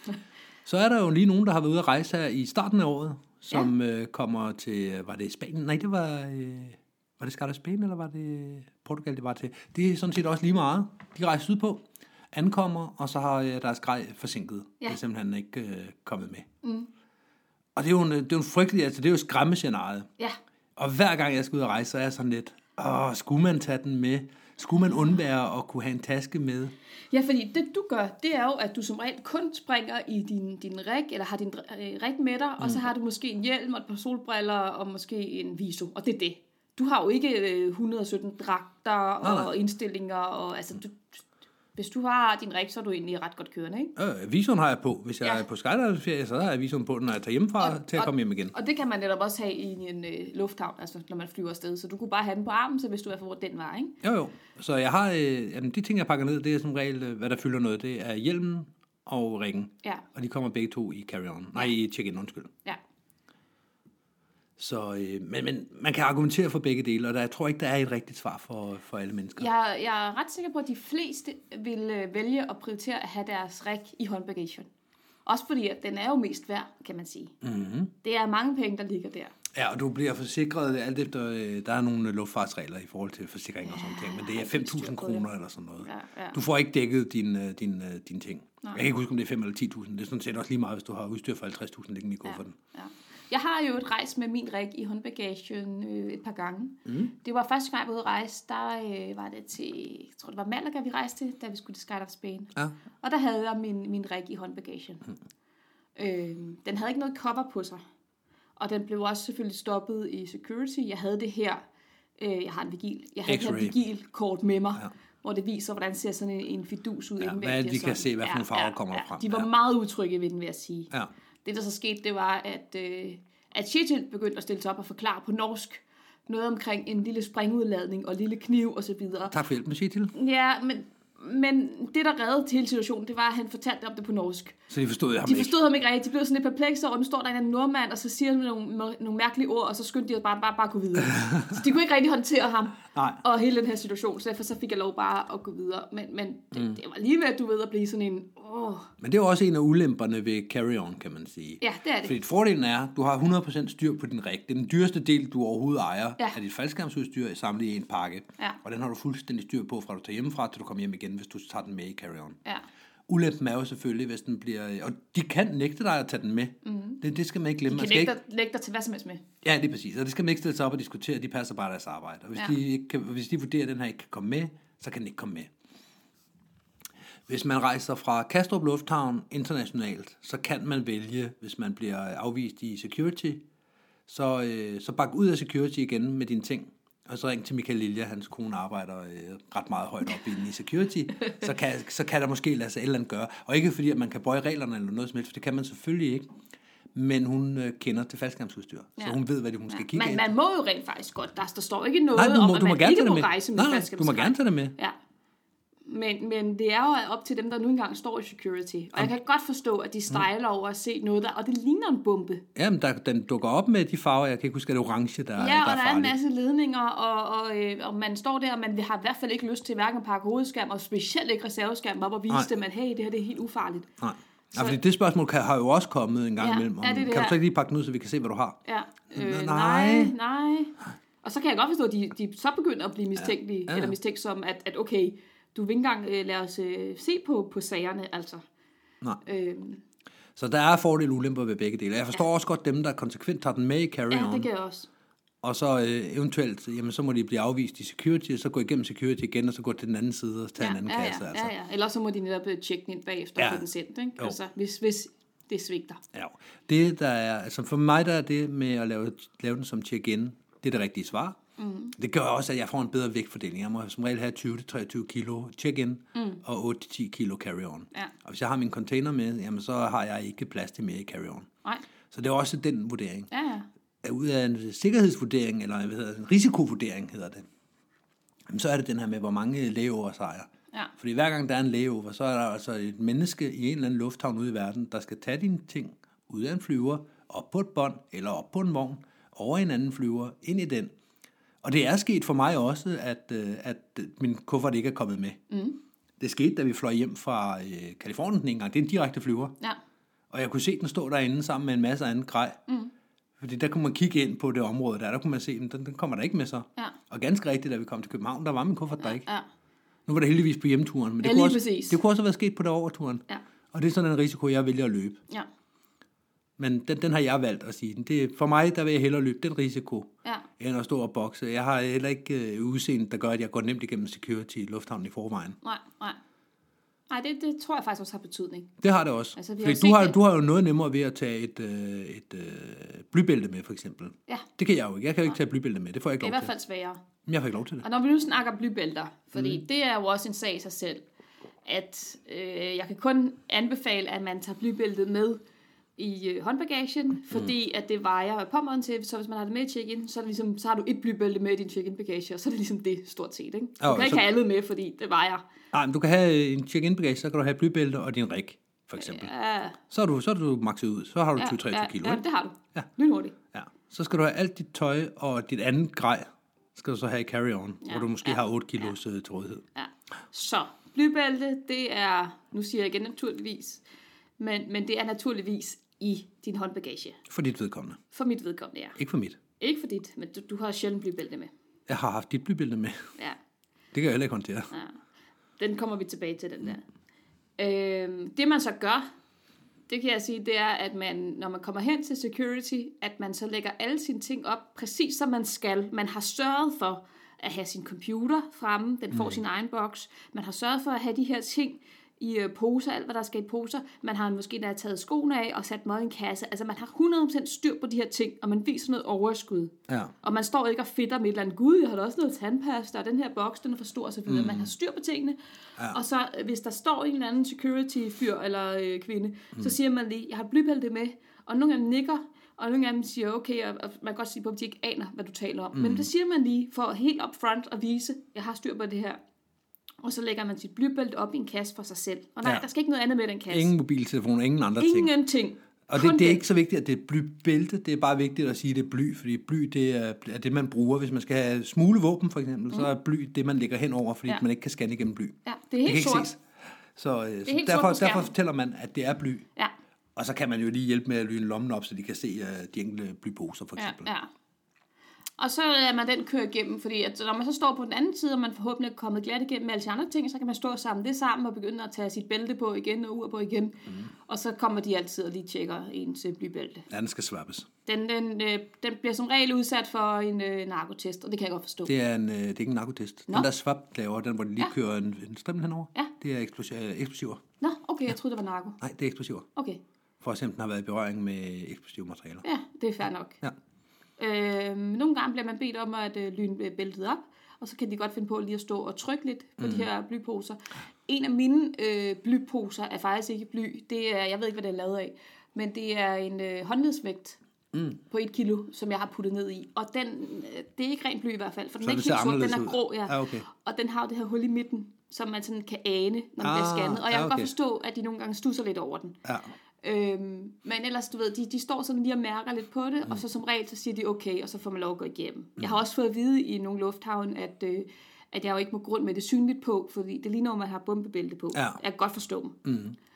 Så er der jo lige nogen, der har været ude at rejse her i starten af året, som kommer til, var det Spanien? Nej, det var det Skarpe Spanien, eller var det Portugal, det var til? Det er sådan set også lige meget. De rejser sydpå, ankommer, og så har deres grej forsinket. Det er simpelthen ikke kommet med. Og det er jo en frygtelig, altså det er jo skræmmescenariet. Ja. Og hver gang jeg skal ud og rejse, så er jeg sådan lidt, skulle man tage den med? Skulle man undvære at kunne have en taske med? Ja, fordi det du gør, det er jo, at du som regel kun springer i din rig, eller har din rig med dig, og så har du måske en hjelm og et par solbriller, og måske en viso, og det er det. Du har jo ikke 117 dragter og indstillinger, og altså hvis du har din rig, så er du egentlig ret godt kørende, ikke? Visoen har jeg på. Hvis jeg er på skydiving-ferie, så har jeg visoen på, når jeg tager hjemmefra til at komme hjem igen. Og det kan man netop også have i en lufthavn, altså når man flyver afsted. Så du kunne bare have den på armen, så hvis du er for den vej, ikke? Jo. Så jeg har, de ting, jeg pakker ned, det er som regel, hvad der fylder noget. Det er hjelmen og riggen. Ja. Og de kommer begge to i carry-on. Nej, i check-in, undskyld. Ja. Så, men man kan argumentere for begge dele, og jeg tror ikke, der er et rigtigt svar for alle mennesker. Jeg er ret sikker på, at de fleste vil vælge at prioritere at have deres rig i håndbagagen. Også fordi, at den er jo mest værd, kan man sige. Mm-hmm. Det er mange penge, der ligger der. Ja, og du bliver forsikret alt efter, der er nogle luftfartsregler i forhold til forsikring og sådan ting, men det er 5.000 kroner eller sådan noget. Ja. Du får ikke dækket dine ting. Nej. Jeg kan ikke huske, om det er 5 eller 10.000. Det er sådan set også lige meget, hvis du har udstyr for 50.000 liggende i kufferten. Ja. Jeg har jo et rejse med min rig i håndbagagen et par gange. Mm. Det var første gang, jeg var ude at rejse. Der var det til, jeg tror det var Malaga, vi rejste til, da vi skulle til Sky of Spain. Ja. Og der havde jeg min rig i håndbagagen. Mm. Den havde ikke noget cover på sig. Og den blev også selvfølgelig stoppet i security. Jeg havde det her, jeg har en Vigil. Jeg havde et Vigil-kort med mig, hvor det viser, hvordan ser sådan en fidus ud. Ja, hvad vi kan se, hvad for nogle farver kommer frem. De var meget utrygge ved den, vil jeg sige. Ja. Det, der så skete, det var, at Kjetil begyndte at stille sig op og forklare på norsk noget omkring en lille sprængudladning og en lille kniv og så videre. Tak for hjælpen, Kjetil. Ja, men det, der reddede til hele situationen, det var, at han fortalte om det på norsk. Så de forstod ham ikke rigtigt. De blev sådan lidt perplekse over, nu står der en nordmand, og så siger han nogle mærkelige ord, og så skyndte de bare gå videre. Så de kunne ikke rigtig håndtere ham. Nej. Og hele den her situation, så derfor så fik jeg lov bare at gå videre. Men det var lige ved, at du ved at blive sådan en... Men det er jo også en af ulemperne ved carry-on, kan man sige. Ja, det er det. Fordi fordelen er, at du har 100% styr på din rig. Det er den dyreste del, du overhovedet ejer af dit faldskærmsudstyr samlet i en pakke. Ja. Og den har du fuldstændig styr på, fra du tager hjemmefra, til du kommer hjem igen, hvis du tager den med i carry-on. Ja. Ulempen er jo selvfølgelig, hvis den bliver... Og de kan nægte dig at tage den med. Mm-hmm. Det skal man ikke glemme. De kan nægte dig til hvad som helst med. Ja, det er præcis. Og det skal man ikke stille sig op og diskutere. De passer bare deres arbejde. Og hvis de vurderer, at den her ikke kan komme med, så kan den ikke komme med. Hvis man rejser fra Kastrup Lufthavn internationalt, så kan man vælge, hvis man bliver afvist i security, så bak ud af security igen med dine ting, og så ring til Michael Lilja, hans kone arbejder ret meget højt op inde i security, så kan der måske lade sig et eller andet gøre. Og ikke fordi, at man kan bøje reglerne eller noget som helst, for det kan man selvfølgelig ikke. Men hun kender til faldskærmsudstyr, så hun ved, hvad det hun skal kigge af. Man må jo rent faktisk godt. Der står ikke noget om, at man ikke må rejse med faldskærmsudstyr. Du må gerne tage det med. Ja. Men det er jo op til dem, der nu engang står i security. Og jeg kan godt forstå, at de stejler over at se noget der, og det ligner en bombe. Jamen, den dukker op med de farver, jeg kan ikke huske, at det er orange, der er farligt. Ja, og der er en masse ledninger, og man står der, og man har i hvert fald ikke lyst til hverken at pakke hovedskærm, og specielt ikke reserveskærm op og vise dem, at hey, det her det er helt ufarligt. Nej. Ja, fordi det spørgsmål har jo også kommet en gang imellem. Kan du så ikke lige pakke den ud, så vi kan se, hvad du har? Ja. Nej. Og så kan jeg godt forstå, at de så begynder at blive mistænkelige, eller mistænksomme, at okay, du vil ikke engang lade os se på sagerne, altså. Nej. Så der er fordele og ulemper ved begge dele. Jeg forstår også godt dem, der konsekvent tager den med i carry-on. Ja, det kan jeg også. Og så eventuelt, jamen så må de blive afvist i security, og så gå igennem security igen, og så gå til den anden side og tage en anden kasse. Altså. Ja. Ellers så må de netop tjekke den ind bagefter og få den sendt, ikke? Altså, hvis det svigter. Ja. Det der er, altså for mig der er det med at lave den som check-in, det er det rigtige svar. Mm. Det gør også, at jeg får en bedre vægtfordeling. Jeg må som regel have 20-23 kilo check-in og 8-10 kilo carry-on. Ja. Og hvis jeg har min container med, jamen så har jeg ikke plads til mere i carry-on. Nej. Så det er også den vurdering. Ja. Ud af en sikkerhedsvurdering, eller en risikovurdering hedder det, så er det den her med, hvor mange layovers har jeg. Ja. Fordi hver gang der er en layover, så er der altså et menneske i en eller anden lufthavn ude i verden, der skal tage dine ting ud af en flyver, op på et bånd, eller op på en vogn, over en anden flyver, ind i den. Og det er sket for mig også, at min kuffert ikke er kommet med. Mm. Det skete, da vi fløj hjem fra Kalifornien en gang. Det er en direkte flyver. Ja. Og jeg kunne se den stå derinde sammen med en masse anden grej. Mm. Fordi der kunne man kigge ind på det område der kunne man se, den kommer der ikke med så. Ja. Og ganske rigtigt, da vi kom til København, der var min kuffert der ikke. Ja. Nu var det heldigvis på hjemturen, men det kunne også have været sket på det overturen. Ja. Og det er sådan en risiko, jeg vælger at løbe. Ja. Men den har jeg valgt at sige. For mig, der vil jeg hellere løbe den risiko, end at stå og bokse. Jeg har heller ikke udseende, der gør, at jeg går nemt igennem security i lufthavnen i forvejen. Nej, det tror jeg faktisk også har betydning. Det har det også. Altså, fordi du har jo noget nemmere ved at tage et blybælte med, for eksempel. Ja. Det kan jeg jo ikke. Jeg kan jo ikke tage blybælte med. Det får jeg ikke lov til. Det er i hvert fald sværere. Jeg får ikke lov til det. Og når vi nu snakker blybælter, fordi det er jo også en sag i sig selv, at jeg kan kun anbefale, at man tager blybæltet med i håndbagagen, fordi at det vejer påmåden til, så hvis man har det med i check-in, så, ligesom, så har du et blybælte med i din check-in bagage, og så er det ligesom det stort set, ikke? Du kan ikke have andet med, fordi det vejer. Nej, men du kan have en check-in bagage, så kan du have blybælte og din rig, for eksempel. Ja. Så er du makset ud, så har du 20-23 kilo. Ja, det har du. Ja. Lynhurtigt. Ja. så skal du have alt dit tøj og dit andet grej, skal du så have i carry-on, hvor du måske har 8 kilos til rådighed. Ja. Så blybælte, det er, nu siger jeg igen naturligvis, men det er naturligvis i din håndbagage. For dit vedkommende. For mit vedkommende, ja. Ikke for mit. Ikke for dit, men du har sjældent blybælte med. Jeg har haft dit blybælte med. Ja. Det kan jeg heller ikke håndtere. Ja. Den kommer vi tilbage til, den der. Det man så gør, det kan jeg sige, det er, at man, når man kommer hen til security, at man så lægger alle sine ting op, præcis som man skal. Man har sørget for at have sin computer fremme, den får sin egen boks. Man har sørget for at have de her ting i poser, alt hvad der skal i poser. Man har måske da taget skoene af og sat mad i en kasse. Altså man har 100% styr på de her ting, og man viser noget overskud. Ja. Og man står ikke og fedter med et eller andet, gud, jeg har da også noget tandpasta, og den her boks, den er for stor, og så videre. Man har styr på tingene. Ja. Og så hvis der står en eller anden security-fyr eller kvinde, så siger man lige, jeg har et blybælte med, og nogle af dem nikker, og nogle af dem siger, okay, og man kan godt sige på, at de ikke aner, hvad du taler om. Men det siger man lige, for helt up front at vise, jeg har styr på det her. Og så lægger man sit blybælte op i en kasse for sig selv. Og nej, der skal ikke noget andet med den kasse. Ingen mobiltelefon, ingen andre ting. Ingenting. Og det er ikke så vigtigt, at det er blybælte. Det er bare vigtigt at sige, at det er bly. Fordi bly, det er det, man bruger. Hvis man skal have smuglevåben, for eksempel, så er bly det, man lægger hen over, fordi man ikke kan scanne igennem bly. Ja, det er helt sort. Ses. Så derfor fortæller man, at det er bly. Ja. Og så kan man jo lige hjælpe med at lyne lommen op, så de kan se de enkelte blyposer, for eksempel. Ja. Og så lader man den køre igennem, fordi at når man så står på den anden side, og man forhåbentlig er kommet glat igennem med alle de andre ting, så kan man stå sammen det sammen og begynde at tage sit bælte på igen og ur på igen. Og så kommer de altid og lige tjekker ens blybælte. Ja, den skal swappes. Den bliver som regel udsat for en narkotest, og det kan jeg godt forstå. Det er ikke en narkotest. Den der swap laver, den hvor de lige kører en strimmel henover, det er eksplosiver. Nå, okay, jeg troede, det var narko. Nej, det er eksplosiver. Okay. For eksempel, den har været i berøring med eksplosive materialer. Ja, det er fair nok. Ja. Nogle gange bliver man bedt om at lyne bæltet op, og så kan de godt finde på lige at stå og trykke lidt på de her blyposer. En af mine blyposer er faktisk ikke bly. Det er, jeg ved ikke, hvad det er lavet af, men det er en håndledsvægt på 1 kilo, som jeg har puttet ned i. Og det er ikke rent bly i hvert fald, for den er ikke helt sort, den er grå. Ja. Okay. Og den har det her hul i midten, som man sådan kan ane, når den bliver scannet. Og jeg kan godt forstå, at de nogle gange stusser lidt over den. Ja. Men ellers, du ved, de står sådan lige og mærker lidt på det, og så som regel, så siger de okay, og så får man lov at gå igennem. Jeg har også fået at vide i nogle lufthavn, at jeg jo ikke må grund med det synligt på, fordi det ligner, når man har bombebælte på. Ja. Jeg kan godt forstå dem.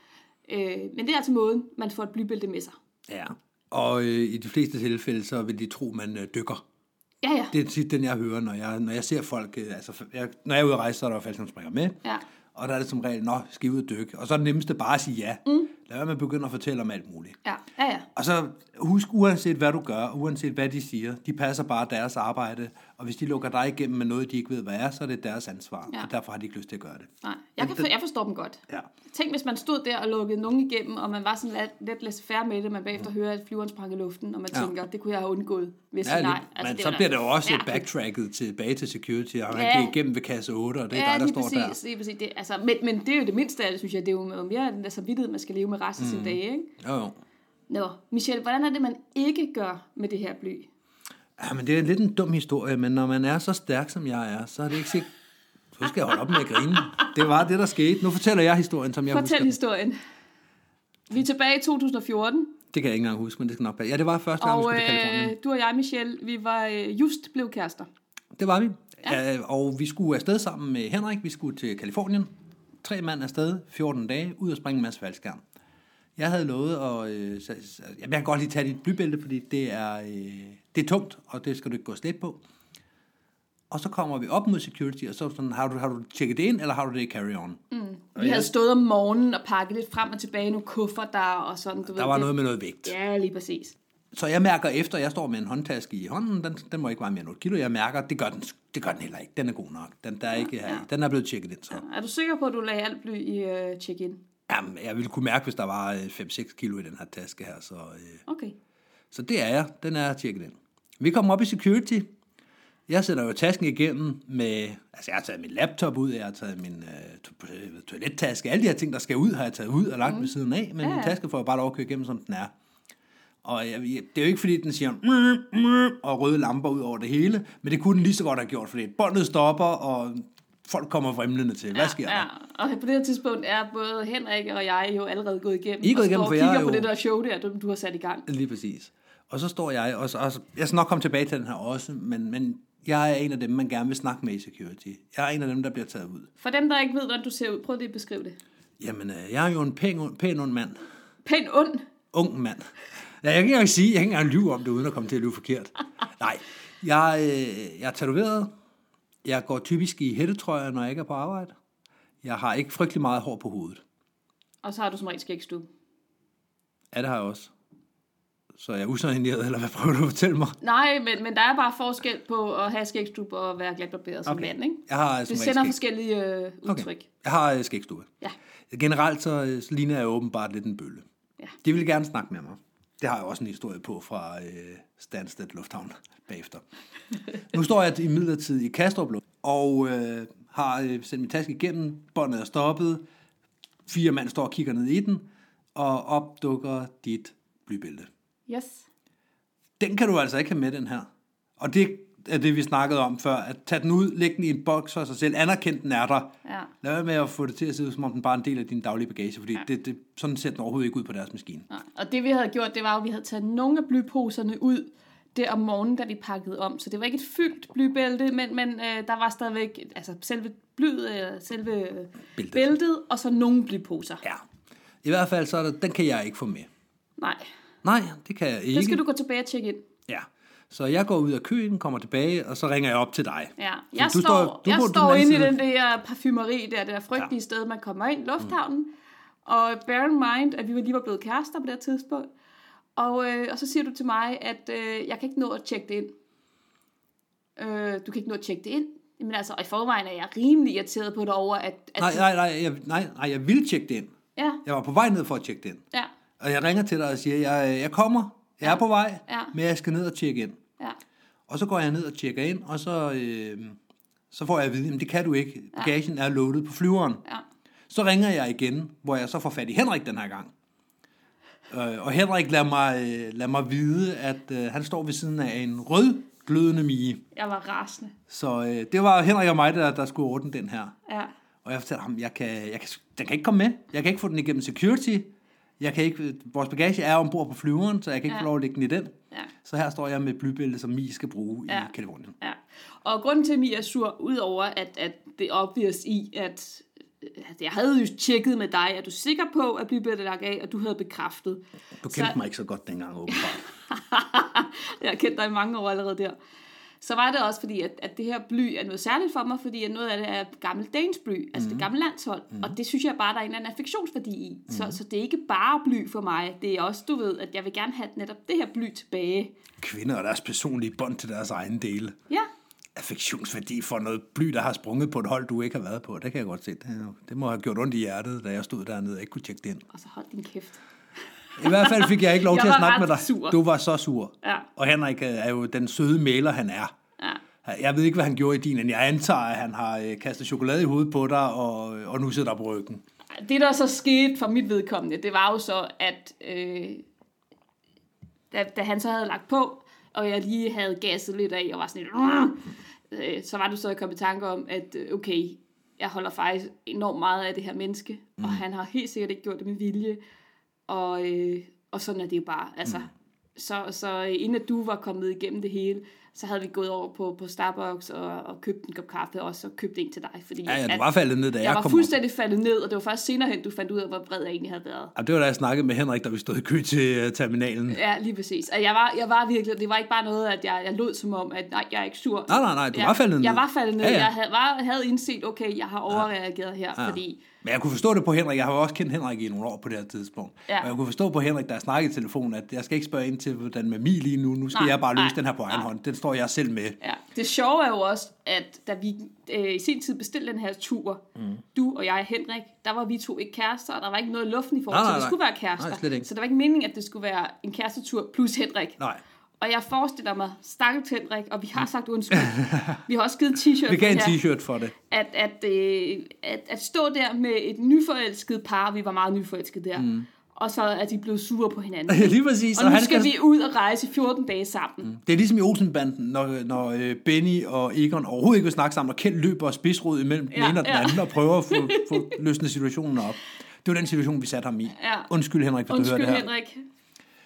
Men det er altså måden, man får et blybælte med sig. Ja, og i de fleste tilfælde, så vil de tro, man dykker. Ja. Det er tit den, jeg hører, når jeg ser folk, når jeg er ude at rejse, så er der jo faldskærmsspringer med. Ja. Og der er det som regel, skal I ud og dykke? Og så er det nemmeste bare at sige ja. Lad være med at begynde at fortælle om alt muligt. Ja. Og så husk, uanset hvad du gør, uanset hvad de siger, de passer bare deres arbejde. Og hvis de lukker dig igennem med noget, de ikke ved, hvad er, så er det deres ansvar. Ja. Og derfor har de ikke lyst til at gøre det. Nej, jeg forstår dem godt. Ja. Tænk, hvis man stod der og lukkede nogen igennem, og man var sådan lidt laissez-faire med det, man bagefter hører, at flyveren sprang i luften, og man tænker, det kunne jeg have undgået, hvis nej. Altså, men så bliver det jo også backtracket tilbage til security, og man gik igennem ved kasse 8, og det er dig, der står der. Ja, præcis. Det, altså, men det er jo det mindste af det, synes jeg. Det er jo mere den der samvittighed, man skal leve med resten af sin dag, ikke? Jo. Nå, Michel, hvordan er det, man ikke gør med det her bly? Ja, men det er lidt en dum historie, men når man er så stærk, som jeg er, så er det ikke sikkert. Så skal jeg holde op med at grine. Det var det, der skete. Nu fortæller jeg historien, som jeg husker. Fortæl historien. Vi er tilbage i 2014. Det kan jeg ikke engang huske, men det skal nok passe. Ja, det var første gang, vi skulle til Californien. Du og jeg, Michel, vi var just blevet kærester. Det var vi. Ja. Og vi skulle afsted sammen med Henrik. Vi skulle til Californien. 3 mand afsted, 14 dage, ud og springe en masse faldskærm. Jeg havde lovet, og jeg kan godt lige tage dit blybælte, fordi det er tungt, og det skal du ikke gå slet på. Og så kommer vi op mod security, og så sådan, har du tjekket det ind, eller har du det i carry-on? Vi havde stået om morgenen og pakket lidt frem og tilbage, nogle kufferter og sådan. Der var noget med noget vægt. Ja, lige præcis. Så jeg mærker efter, jeg står med en håndtaske i hånden, den må ikke veje mere end 8 kilo, jeg mærker, det gør den heller ikke. Den er god nok. Den er blevet tjekket ind. Så. Ja. Er du sikker på, at du lagde alt bly i check-in? Jamen, jeg ville kunne mærke, hvis der var 5-6 kilo i den her taske her. Så, okay. Så det er jeg. Den er tjekket ind. Vi kommer op i security. Jeg sætter jo tasken igennem med... Altså, jeg har taget min laptop ud, jeg har taget min toilettaske. Alle de her ting, der skal ud, har jeg taget ud og lagt ved siden af. Men min taske får jeg bare lov at køre igennem, som den er. Og det er jo ikke, fordi den siger og røde lamper ud over det hele. Men det kunne den lige så godt have gjort, fordi båndet stopper, og folk kommer fremlende til. Hvad sker der? Og på det her tidspunkt er både Henrik og jeg jo allerede gået igennem. I er gået igennem, for jeg kigger på det der show der, du har sat i gang. Lige præcis. Og så står jeg, og jeg skal nok komme tilbage til den her også, men jeg er en af dem, man gerne vil snakke med i security. Jeg er en af dem, der bliver taget ud. For dem, der ikke ved, hvordan du ser ud, prøv lige at beskrive det. Jamen, jeg er jo en pæn ung mand. Pæn ond? Ung mand. Ja, jeg kan ikke engang sige, jeg kan ikke engang lyve om det, uden at komme til at lyve forkert. Nej, jeg er tatoveret. Jeg går typisk i hættetrøjer, når jeg ikke er på arbejde. Jeg har ikke frygtelig meget hår på hovedet. Og så har du som regel skægstub. Ja, det har jeg også. Så jeg er usanimeret, eller hvad prøver du at fortælle mig? Nej, men der er bare forskel på at have skægstub og være glatbarberet som mand, ikke? Jeg har det sender forskellige udtryk. Okay. Jeg har skægstube. Ja. Generelt så ligner jeg åbenbart lidt en bølle. Ja. De vil gerne snakke med mig. Det har jeg også en historie på fra Stansted Lufthavn bagefter. Nu står jeg imidlertid i Kastrup og har sendt min taske igennem. Båndet er stoppet. 4 mand står og kigger ned i den, og opdukker dit blybælte. Yes. Den kan du altså ikke have med, den her. Og det er det, vi snakkede om før. At tage den ud, lægge den i en boks for sig selv, anerkende den er der. Ja. Lad være med at få det til at se ud, som om den bare er en del af din daglige bagage, fordi sådan ser den overhovedet ikke ud på deres maskine. Ja. Og det vi havde gjort, det var at vi havde taget nogle af blyposerne ud der om morgenen, da vi pakkede om. Så det var ikke et fyldt blybælte, men der var stadigvæk altså selve blyet, selve bæltet, og så nogle blyposer. Ja. I hvert fald så er der, den kan jeg ikke få med. Nej, det kan jeg ikke. Det skal du gå tilbage og tjekke ind. Ja, så jeg går ud af køen, kommer tilbage, og så ringer jeg op til dig. Ja, jeg står inde i den der parfumeri der, det der frygtelige sted, man kommer ind, lufthavnen. Og bear in mind, at vi lige var blevet kærester på det her tidspunkt. Og så siger du til mig, at jeg kan ikke nå at tjekke det ind. Du kan ikke nå at tjekke det ind. Men altså, i forvejen er jeg rimelig irriteret på dig over, at Nej, jeg vil tjekke det ind. Ja. Jeg var på vej ned for at tjekke det ind. Ja. Og jeg ringer til dig og siger, jeg kommer, jeg er på vej, men jeg skal ned og tjekke ind. Ja. Og så går jeg ned og tjekker ind, og så får jeg at vide, at det kan du ikke. Bagagen er loadet på flyveren. Ja. Så ringer jeg igen, hvor jeg så får fat i Henrik den her gang. Og Henrik lader mig vide, at han står ved siden af en rød glødende mige. Jeg var rasende. Så det var Henrik og mig, der skulle ordne den her. Ja. Og jeg fortalte ham, den kan ikke komme med. Jeg kan ikke få den igennem security. Vores bagage er ombord på flyveren, så jeg kan ikke få lov at lægge den i den. Ja. Så her står jeg med et blybælte, som Mie skal bruge i Californien. Ja. Og grunden til, at Mie er sur, udover at det obvious i, at jeg havde jo tjekket med dig, at du er sikker på, at blybæltet er lagt af, og du havde bekræftet. Du kendte mig ikke så godt dengang, åbenbart. Jeg har kendt dig i mange år allerede der. Så var det også fordi, at det her bly er noget særligt for mig, fordi at noget af det er gammelt dansk bly, altså det gamle landshold, og det synes jeg bare, der er en eller anden affektionsværdi i. Så det er ikke bare bly for mig, det er også, du ved, at jeg vil gerne have netop det her bly tilbage. Kvinder og deres personlige bånd til deres egen dele. Ja. Affektionsværdi for noget bly, der har sprunget på et hold, du ikke har været på, det kan jeg godt se. Det må have gjort ondt i hjertet, da jeg stod dernede og ikke kunne tjekke det ind. Og så hold din kæft. I hvert fald fik jeg ikke lov til at snakke med dig. Sur. Du var så sur. Ja. Og Henrik er jo den søde mæler, han er. Ja. Jeg ved ikke, hvad han gjorde i din, men jeg antager, at han har kastet chokolade i hovedet på dig, og nu sidder der på ryggen. Det, der så skete for mit vedkommende, det var jo så, at da han så havde lagt på, og jeg lige havde gasset lidt af, og var sådan lidt, så var du så kommet i tanke om, at okay, jeg holder faktisk enormt meget af det her menneske, og han har helt sikkert ikke gjort det med vilje, og sådan er det jo bare, altså. Så inden at du var kommet igennem det hele, så havde vi gået over på Starbucks og købt en kop kaffe, og så købt en til dig. Fordi du var faldet ned, da jeg kom op. Jeg var fuldstændig faldet ned, og det var først senere hen, du fandt ud af, hvor vred jeg egentlig havde været. Ja, det var da jeg snakkede med Henrik, da vi stod i kø til terminalen. Ja, lige præcis. Og jeg var virkelig, det var ikke bare noget, at jeg lød som om, at nej, jeg er ikke sur. Nej, du var faldet ned. Jeg var faldet ned. Ja. Jeg havde indset, okay, jeg har overreageret her, fordi... Men jeg kunne forstå det på Henrik. Jeg har jo også kendt Henrik i nogle år på det her tidspunkt. Ja. Og jeg kunne forstå på Henrik, der snakkede i telefonen, at jeg skal ikke spørge ind til, hvordan med Mie lige nu. Nu skal jeg bare løse den her på egen hånd. Den står jeg selv med. Ja. Det sjove er jo også, at da vi i sin tid bestilte den her tur, du og jeg, Henrik, der var vi to ikke kærester, og der var ikke noget i luften i forhold til, at det skulle være kærester. Nej, så der var ikke meningen, at det skulle være en kærestetur plus Henrik. Nej. Og jeg forestiller mig, stakkels Henrik, og vi har sagt undskyld. Vi har også givet t-shirt. Vi gav en t-shirt for det. At stå der med et nyforelsket par, vi var meget nyforelskede der, og så er de blevet sure på hinanden. Ja, lige præcis. Og nu skal vi ud og rejse 14 dage sammen. Det er ligesom i Olsenbanden, når Benny og Egon overhovedet ikke vil snakke sammen, og Kjeld løber og spidsrod imellem den ene og den anden, og prøver at få løsnet situationen op. Det var den situation, vi satte ham i. Ja. Undskyld, Henrik, hvis du hører det her. Henrik.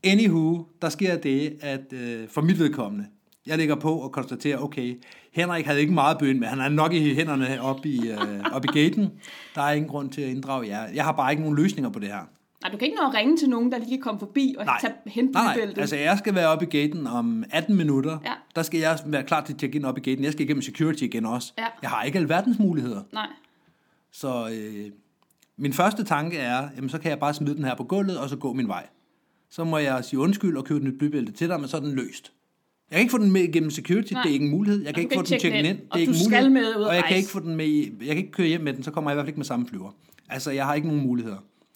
Anywho, der sker det, at for mit vedkommende, jeg ligger på og konstaterer, okay, Henrik havde ikke meget bøn med, han er nok i hænderne op i gaten. Der er ingen grund til at inddrage jer. Jeg har bare ikke nogen løsninger på det her. Nej, du kan ikke nå at ringe til nogen, der lige kan komme forbi og hente bybæltet. Altså jeg skal være oppe i gaten om 18 minutter. Ja. Der skal jeg være klar til at tjekke ind op i gaten. Jeg skal igennem security igen også. Ja. Jeg har ikke alverdens muligheder. Nej. Så min første tanke er, jamen så kan jeg bare smide den her på gulvet, og så gå min vej. Så må jeg sige undskyld og købe et nyt bybælte til dig, men så er den løst. Jeg kan ikke få den med igennem security, det er ikke en mulighed. Jeg kan ikke få den tjekket ind, det er ikke en mulighed. Og jeg kan ikke få den med, jeg kan ikke køre hjem med den, så kommer jeg i hvert fald ikke med samme flyver. Altså, jeg har ikke nogen muligheder.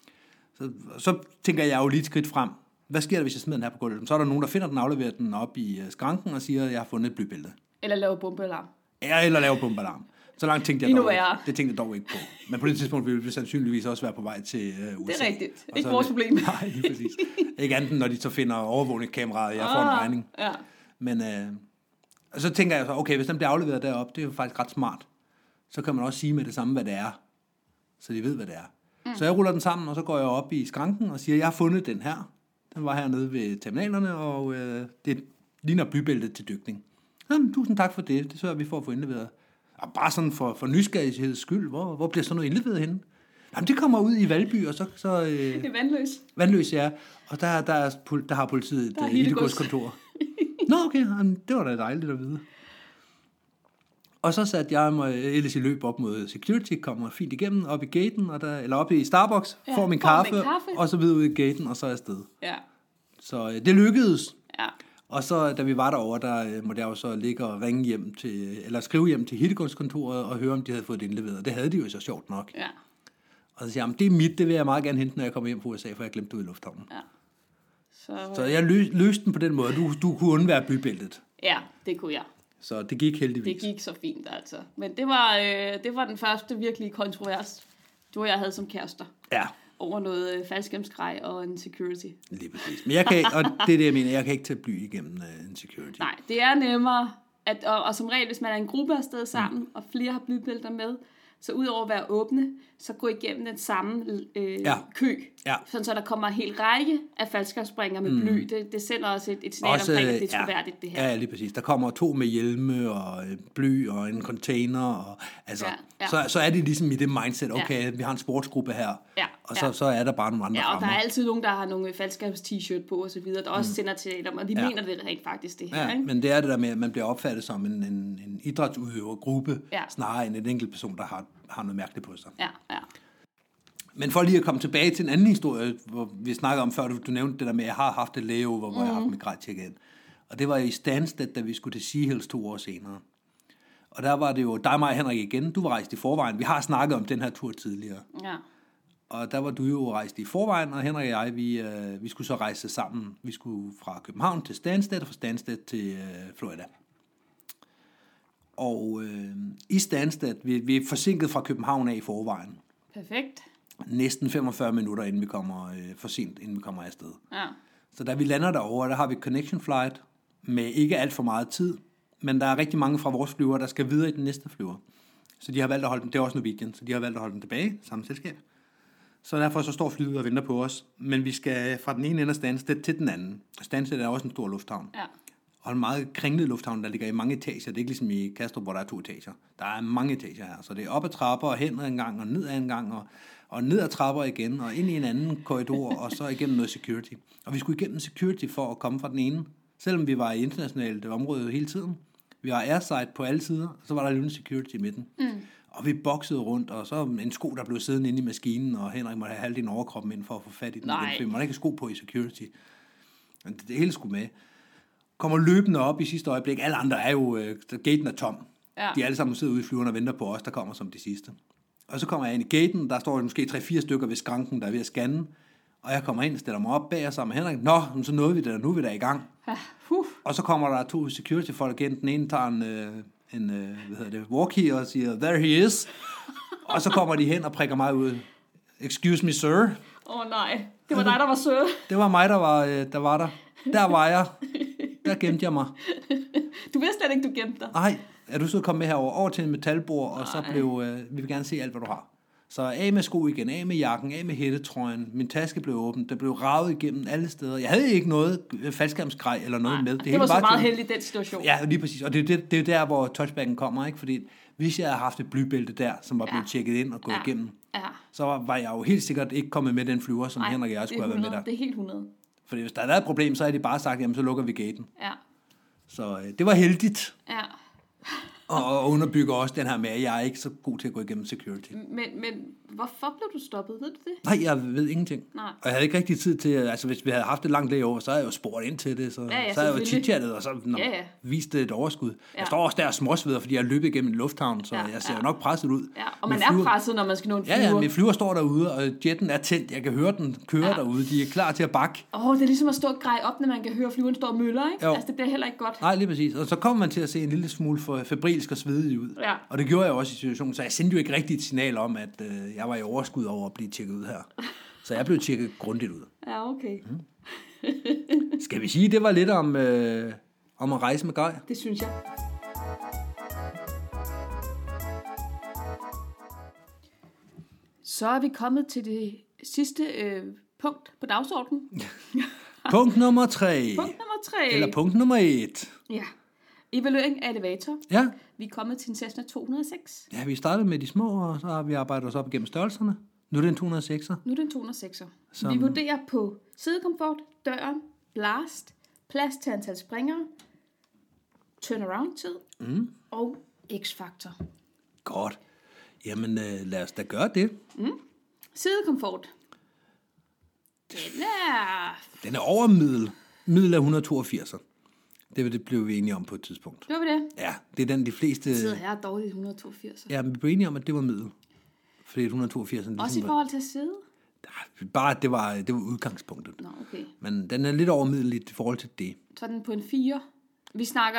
Så tænker jeg jo lige et skridt frem. Hvad sker der, hvis jeg smider den her på gulvet? Så er der nogen, der finder den, afleverer den op i skranken og siger, at jeg har fundet et blybælte. Eller laver bombealarm. Ja, eller laver bombealarm. Så langt tænkte jeg dog ikke. Det tænkte jeg dog ikke på. Men på det tidspunkt ville vi sandsynligvis også være på vej til USA. Det er rigtigt. Ikke vores problem. Nej, lige præcis. Ikke andet, når de så finder overvågningskameraet, og jeg får en regning. Ja. Men så tænker jeg så, okay, hvis den bliver afleveret deroppe, det er jo faktisk ret smart. Så kan man også sige med det samme, hvad det er. Så de ved, hvad det er. Så jeg ruller den sammen, og så går jeg op i skranken og siger, jeg har fundet den her. Den var hernede ved terminalerne, og det ligner bybæltet til dykning. Jamen, tusind tak for det. Det sørger vi for at få indleveret. Og bare sådan for nysgerrigheds skyld, hvor bliver sådan noget indleveret henne? Jamen, det kommer ud i Valby, og så det er Vandløs. Vandløs, ja. Og der har politiet et hittegodskontor. Nå, okay, jamen, det var da dejligt at vide. Og så satte jeg mig ellers i løb op mod security, kommer fint igennem, op i gaten, eller op i Starbucks, får min kaffe, og så videre ud i gaten, og så er jeg afsted. Ja. Så det lykkedes. Ja. Og så, da vi var derovre, der måtte jeg jo så ligge og skrive hjem til hittegodskontoret, og høre, om de havde fået det indleveret. Det havde de jo så sjovt nok. Ja. Og så siger jeg, det er mit, det vil jeg meget gerne hente, når jeg kommer hjem fra USA, for jeg glemte det ud i lufthavnen. Ja. Så jeg løste den på den måde. Du kunne undvære bybæltet. Ja, det kunne jeg. Så det gik heldigvis. Det gik så fint, altså. Men det var den første virkelige kontrovers, du og jeg havde som kærester. Ja. Over noget faldskærmsgrej og en security. Lige præcis. Men jeg kan ikke, og det er det, jeg mener, jeg kan ikke tage bly igennem en security. Nej, det er nemmere, og som regel, hvis man er en gruppe afsted sammen, og flere har blybælter med, så udover at være åbne, så gå igennem den samme kø. Ja. Sådan så der kommer en hel række af faldskærmsspringere med bly. Det sender også et signal omkring, at det er troværdigt, det her. Ja, lige præcis. Der kommer 2 med hjelme og bly og en container. Og, altså, så er det ligesom i det mindset, okay, vi har en sportsgruppe her. Ja. Og så er der bare nogle andre rammer. Ja, og rammer. der er altid nogen, der har nogle faldskærms-t-shirt på og så videre, der også sender til dem, og de mener det rent faktisk, det her. Ja, ikke? men det er det der med, at man bliver opfattet som en idrætsudøvergruppe, snarere end en enkelt person, der har noget mærkeligt på sig. Ja, ja. Men for lige at komme tilbage til en anden historie, hvor vi snakkede om før, du nævnte det der med, at jeg har haft et layover, hvor jeg har haft mit grej tjekket ind. Og det var i Stansted, da vi skulle til Sea Hills 2 år senere. Og der var det jo dig, mig og Henrik igen. Du var rejst i forvejen. Vi har snakket om den her tur tidligere. Ja. Og der var du jo rejst i forvejen, og Henrik og jeg, vi skulle så rejse sammen. Vi skulle fra København til Stansted, og fra Stansted til Florida. Og i Stansted, vi er forsinket fra København af i forvejen. Perfekt. Næsten 45 minutter, inden vi kommer for sent, inden vi kommer afsted. Ja. Så da vi lander derovre, der har vi connection flight med ikke alt for meget tid, men der er rigtig mange fra vores flyver, der skal videre i den næste flyver. Så de har valgt at holde dem, det er også Norwegian, så de har valgt at holde dem tilbage, samme selskab. Så derfor så står flyet og venter på os, men vi skal fra den ene ende af Stansted til den anden. Stansted er også en stor lufthavn. Ja. Og en meget kringlet lufthavn, der ligger i mange etager. Det er ikke ligesom i Kastrup, hvor der er 2 etager. Der er mange etager her, så det er op ad trapper og hen ad en gang og ned ad en gang og ned ad trapper igen og ind i en anden korridor og så igennem noget security. Og vi skulle igennem security for at komme fra den ene, selvom vi var i internationalt område hele tiden. Vi var airside på alle sider, og så var der lige en security i midten. Og vi boksede rundt, og så en sko, der blev siddende inde i maskinen, og Henrik måtte have halvdelen overkroppen ind for at få fat i den. Nej. Man måtte ikke have sko på i security. Det hele skulle med. Kommer løbende op i sidste øjeblik. Alle andre er jo, gaten er tom. Ja. De er alle sammen sidder ude i flyverne og venter på os, der kommer som de sidste. Og så kommer jeg ind i gaten, der står måske 3-4 stykker ved skranken, der er ved at scanne. Og jeg kommer ind og stiller mig op bag og sammen med Henrik. Nå, så nåede vi det, og nu er vi der i gang. Og så kommer der 2 security-folk igen. Den ene tager en walkie og siger, there he is. Og så kommer de hen og prikker mig ud. Excuse me, sir. Nej, det var dig, der var sir. Det var mig, der var der. Der var jeg. Der gemte jeg mig. Du vidste slet ikke, du gemte dig. Nej, er du så kommet med herover over til en metalbord, og så blev, vi vil gerne se alt, hvad du har. Så af med sko igen, af med jakken, af med hættetrøjen. Min taske blev åben, der blev ravet igennem alle steder. Jeg havde ikke noget faldskærmsgrej eller noget med. Det var så meget heldigt den situation. Ja, lige præcis. Og det er der, hvor touchbacken kommer, ikke? Fordi hvis jeg havde haft et blybælte der, som var blevet tjekket ind og gået igennem, så var jeg jo helt sikkert ikke kommet med den flyver, som Henrik og jeg skulle have været med der. Det er helt 100. Fordi hvis der havde været et problem, så havde de bare sagt, jamen så lukker vi gaten. Ja. Så det var heldigt. Ja. Og underbygger også den her med, at jeg er ikke så god til at gå igennem security. Men hvorfor blev du stoppet? Ved du det? Nej, jeg ved ingenting. Nej. Og jeg havde ikke rigtig tid til, altså hvis vi havde haft et langt layover, så havde jeg jo spurgt ind til det, så havde jeg jo chit-chattet, og så vist det et overskud. Ja. Jeg står også der og småsveder, fordi jeg løber igennem en lufthavn, så jeg ser jo nok presset ud. Ja, og man er presset, når man skal nå en flyver. Ja, min flyver står derude, og jetten er tændt. Jeg kan høre den køre derude. De er klar til at bakke. Det er ligesom at stå og greje op, når man kan høre flyveren står og møller, ikke? Jo. Altså, det bliver heller ikke godt. Nej, lige præcis. Og så kommer man til at se en lille smule for febrilsk og svedig ud. Ja. Og det gjorde jeg også i situationen, så jeg sendte jo ikke rigtigt et signal om, at jeg var i overskud over at blive tjekket ud her. Så jeg blev tjekket grundigt ud. Ja, okay. Skal vi sige, det var lidt om at rejse med Guy? Det synes jeg. Så er vi kommet til det sidste punkt på dagsordenen. Punkt nummer 3. Punkt nummer 3. Eller punkt nummer 1. Ja. Evaluering af elevator. Ja. Vi er kommet til en Cessna 206. Ja, vi startede med de små, og så har vi arbejdet os op igennem størrelserne. Nu er det en 206'er. Nu er det en 206'er. Vi vurderer på sidekomfort, døren, blast, plads til antal springere, turnaround-tid og x-faktor. Godt. Jamen, lad os da gøre det. Sidekomfort. Den er over middel. Middel er 182'er. Det blev vi enige om på et tidspunkt. Det var det. Ja, det er den de fleste... Jeg sidder her dårligt 182. Ja, men vi blev enige om, at det var middel. Fordi 182 ligesom også i forhold til at sidde? Bare, det var udgangspunktet. Nå, okay. Men den er lidt over middel i forhold til det. Så er den på en 4. Vi snakker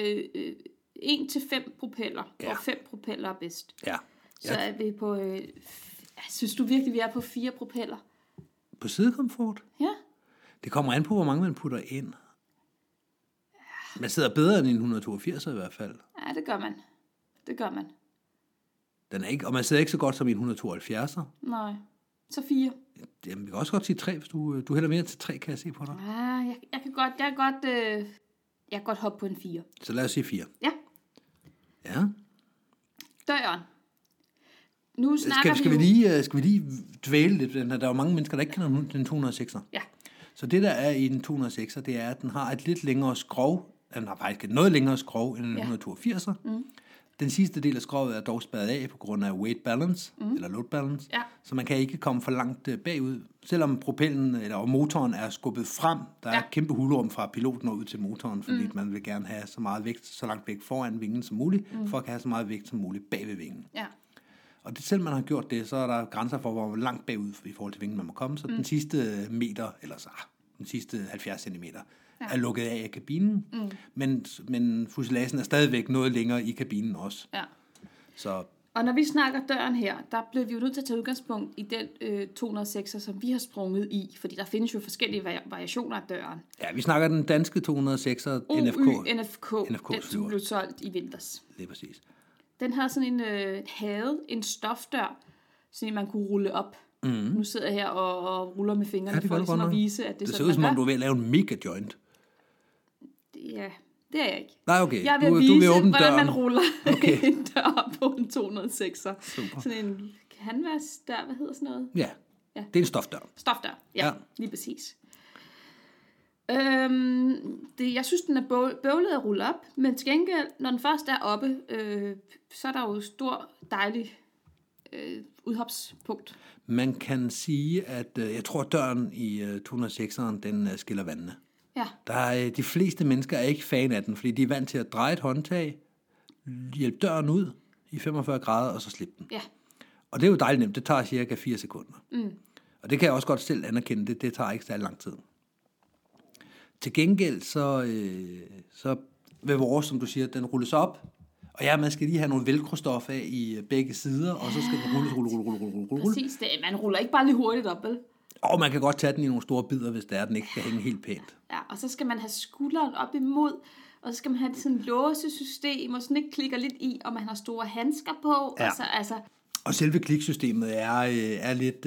1-5 propeller, og 5 propeller er bedst. Ja. Så er vi på... synes du virkelig, vi er på 4 propeller? På sidekomfort? Ja. Det kommer an på, hvor mange man putter ind. Man sidder bedre end en 182 i hvert fald. Ja, det gør man. Det gør man. Den er ikke, og man sidder ikke så godt som en 172'er. Nej. Så 4. Jamen, vi kan også godt sige 3, hvis du hælder mere til 3, kan jeg se på dig. Ja, jeg kan godt hoppe på en 4. Så lad os sige 4. Ja. Ja. Døren. Nu snakker skal vi lige dvæle lidt. Der er jo mange mennesker, der ikke kender den 206'er. Ja. Så det, der er i den 206'er, det er, at den har et lidt længere skrog. Den har faktisk et noget længere skrog end en 182'er. Den sidste del af skroget er dog spadet af på grund af weight balance, eller load balance. Ja. Så man kan ikke komme for langt bagud. Selvom propellen eller motoren er skubbet frem, der er et kæmpe hulrum fra piloten og ud til motoren, fordi man vil gerne have så meget vægt, så langt væk foran vingen som muligt, for at have så meget vægt som muligt bag ved vingen. Ja. Og det, selv man har gjort det, så er der grænser for, hvor langt bagud i forhold til vingen man må komme. Så den sidste meter, eller så den sidste 70 cm, er lukket af kabinen. Men fuselagen er stadigvæk noget længere i kabinen også. Ja. Så. Og når vi snakker døren her, der bliver vi jo nødt til at tage udgangspunkt i den 206'er, som vi har sprunget i. Fordi der findes jo forskellige variationer af døren. Ja, vi snakker den danske 206'er NFK, den som blev solgt i vinters. Det er præcis. Den havde sådan en stofdør, så man kunne rulle op. Nu sidder jeg her og ruller med fingrene for ligesom at vise, at det ser ud som om, du vil lave en mega joint. Ja, det er jeg ikke. Nej, okay. Jeg vil vise, hvordan man ruller en dør på en 206'er. Sådan en canvas-dør, hvad hedder sådan noget? Ja, det er en stofdør. Stofdør, ja. Lige præcis. Jeg synes, den er bøvlet at rulle op, men til gengæld, når den først er oppe, så er der jo stor, dejlig udhopspunkt. Man kan sige, at jeg tror, at døren i 206'eren, den skiller vandene. Ja. De fleste mennesker er ikke fan af den, fordi de er vant til at dreje et håndtag, hjælpe døren ud i 45 grader, og så slippe den. Ja. Og det er jo dejligt nemt. Det tager cirka 4 sekunder. Og det kan jeg også godt selv anerkende. Det tager ikke særlig lang tid. Til gengæld, så vil vores, som du siger, den rulles op. Og ja, man skal lige have nogle velcro-stof af i begge sider, og så skal den rulle. Præcis, man ruller ikke bare lige hurtigt op, vel? Og man kan godt tage den i nogle store bidder, hvis det er, den ikke skal hænge helt pænt. Ja, og så skal man have skulderen op imod, og så skal man have sådan et låsesystem, og sådan ikke klikker lidt i, og man har store handsker på. Ja. Og så, Og selve kliksystemet er lidt...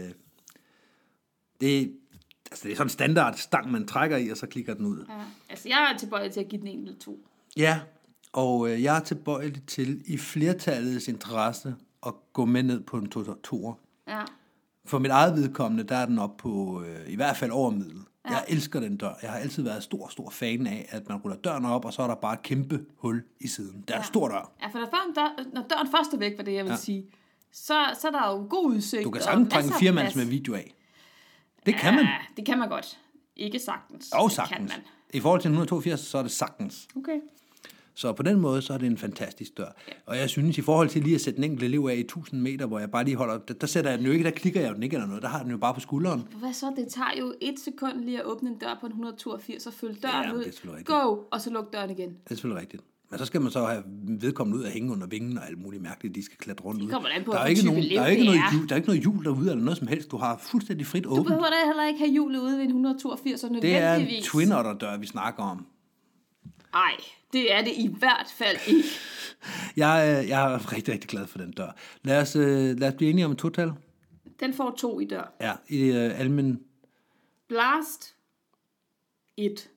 det er sådan en standard stang, man trækker i, og så klikker den ud. Ja. Altså, jeg er tilbøjelig til at give den en eller to. Ja, og jeg er tilbøjelig til i flertallets interesse at gå med ned på en toer. Ja. For mit eget vedkommende, der er den op på i hvert fald over middel. Ja. Jeg elsker den dør. Jeg har altid været stor fan af, at man ruller døren op, og så er der bare et kæmpe hul i siden. Der er en stor dør. Ja, for når døren først er væk, var det jeg vil sige, så er der jo god udsigt. Du kan sagtens bringe 4 mands med video af. Det kan man. Det kan man godt. Ikke sagtens. Og sagtens. Kan man. I forhold til 182, så er det sagtens. Okay. Så på den måde, så er det en fantastisk dør. Ja. Og jeg synes, i forhold til lige at sætte en enkelt elev af i 1000 meter, hvor jeg bare lige holder, der sætter jeg den jo ikke, der klikker jeg jo den ikke eller noget, der har den jo bare på skulderen. Hvad så? Det tager jo 1 sekund lige at åbne en dør på en 182, og følge døren ud. Go! Og så luk døren igen. Det er selvfølgelig rigtigt. Men så skal man så have vedkommende ud og hænge under vingen og alt muligt mærkeligt, de skal klatre rundt ud. Der er ikke noget hjul derude eller noget som helst. Du har fuldstændig frit åbent. Du behøver da heller ikke have hjulet ude ved en 182 nødvendigvis. Det er en Twin Otter dør, vi snakker om. Ej, det er det i hvert fald ikke. Jeg er rigtig, rigtig glad for den dør. Lad os blive enige om et total. Den får 2 i dør. Ja, i almen. Blast 1.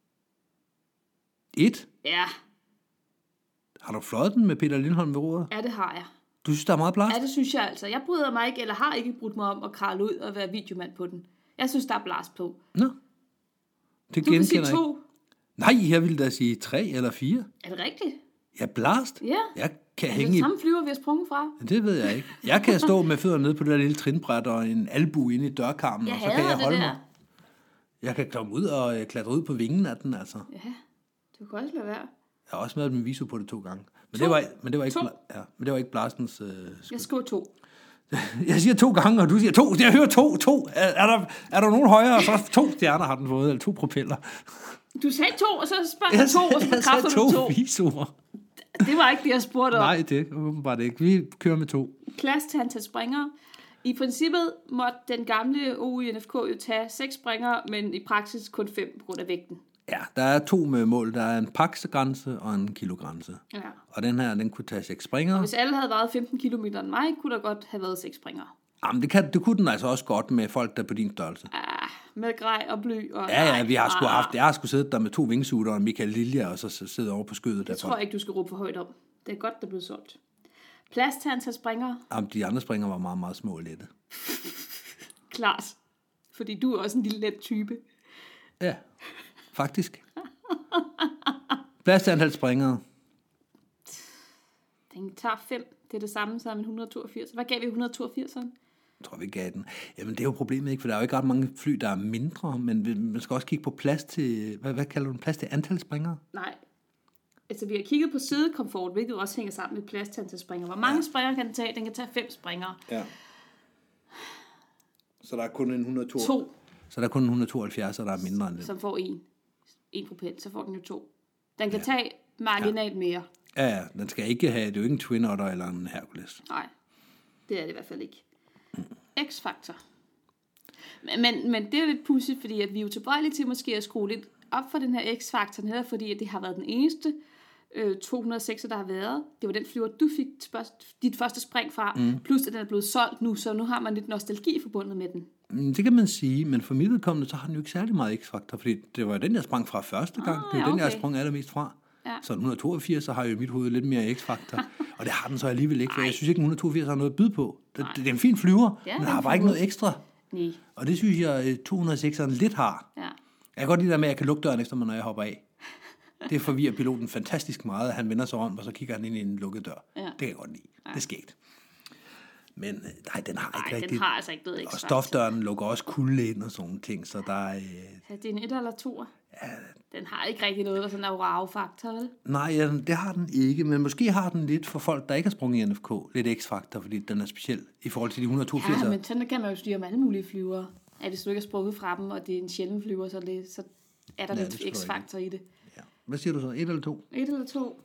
1? Ja. Har du fløjet den med Peter Lindholm ved roret? Ja, det har jeg. Du synes, der er meget blast? Ja, det synes jeg altså. Jeg bryder mig ikke, eller har ikke brudt mig om at krale ud og være videomand på den. Jeg synes, der er blast på. Nå. Det du kan sige 2. Nej, jeg ville da sige 3 eller 4. Er det rigtigt? Ja, blast? Ja. Jeg kan er det den samme flyver, vi har sprunget fra? Det ved jeg ikke. Jeg kan stå med fødderne nede på det der lille trinbræt og en albu inde i dørkarmen, og så kan jeg holde mig. Jeg kan komme ud og klatre ud på vingen af den, altså. Ja, du kan også lade være. Jeg har også med min viso på det 2 gange. Men det var ikke blastens Jeg skriver 2. Jeg siger 2 gange, og du siger 2. Jeg hører 2. Er der nogen højere? Så 2 stjerner har den fået, eller 2 propeller. Du sagde 2, og så spørger jeg 2, og så bekræfter du 2. Visoer. Det var ikke det, jeg spurgte om. Nej, det er åbenbart ikke. Vi kører med 2. Plads til antal springere. I princippet måtte den gamle OINFK jo tage 6 springere, men i praksis kun 5 på grund af vægten. Ja, der er 2 med mål. Der er en paksgrænse og en kilogrænse. Ja. Og den her, den kunne tage 6 springere. Og hvis alle havde vejet 15 kilometer end mig, kunne der godt have været 6 springere. Jamen, det kunne den altså også godt med folk, der på din størrelse. Ja, med grej og bly. Og ja, vi har sgu haft. Jeg har sgu siddet der med 2 wingsuiter og Michael Lilja, og så sidder over på skødet. Jeg tror ikke, du skal råbe for højt om. Det er godt, der er blevet solgt. Plads til antal springere. Jamen, de andre springere var meget, meget små og lette. Klart. Fordi du er også en lille let type. Ja, faktisk. Plads til antal springere. Den tager 5. Det er det samme som en 182. Hvad gav vi 182'eren? Jeg tror, vi gav den. Jamen, det er jo problemet ikke, for der er jo ikke ret mange fly, der er mindre, men man skal også kigge på plads til, hvad kalder du plads til antal springere? Nej. Altså, vi har kigget på sidekomfort, hvilket også hænger sammen med plads til antal springere. Hvor mange springere kan den tage? Den kan tage 5 springere. Ja. Så der er kun en 102. 2. Så der er kun en 172, og der er mindre end det. Som får 1 propel, så får den jo 2. Den kan tage marginalt mere. Ja, den skal ikke have, det er jo ikke en Twin Otter eller en Hercules. Nej, det er det i hvert fald ikke. X-faktor. Men det er lidt pudsigt, fordi at vi er jo tilbøjelige til måske at skrue lidt op for den her X-faktor, netop fordi at det har været den eneste 206, der har været. Det var den flyver, du fik dit første spring fra, plus at den er blevet solgt nu, så nu har man lidt nostalgi forbundet med den. Det kan man sige, men for mit vedkommende, så har den jo ikke særlig meget X-faktor, fordi det var den, jeg sprang fra første gang. Det er den, jeg har sprunget allermest fra. Ja. Så 182, så har jeg jo i mit hoved lidt mere X-faktor. Og det har den så alligevel ikke, for jeg synes ikke, 182 har noget at byde på. Det er en fin flyver, men der har bare ikke noget ekstra. Nej. Og det synes jeg, 206'eren lidt har. Ja. Jeg kan godt lide det med, at jeg kan lukke døren efter mig, når jeg hopper af. Det forvirrer piloten fantastisk meget, at han vender sig om, og så kigger han ind i en lukket dør. Ja. Det kan jeg godt lide. Ja. Det er skægt. Men nej, den har ikke rigtigt. Den har altså ikke noget X-faktor. Og stofdøren lukker også kulde ind og sådan ting, så der er... Ja, det er en 1 eller 2. Ja. Den har ikke rigtig noget, der sådan er wow-faktor, vel? Nej, ja, det har den ikke, men måske har den lidt for folk, der ikke har sprunget i NFK, lidt X-faktor, fordi den er speciel i forhold til de 182. Ja, men sådan kan man jo styre med alle mulige flyvere. At hvis du ikke har sprunget fra dem, og det er en sjælden flyver, så er der lidt X-faktor i det. Ja. Hvad siger du så? 1 eller 2? 1 eller 2.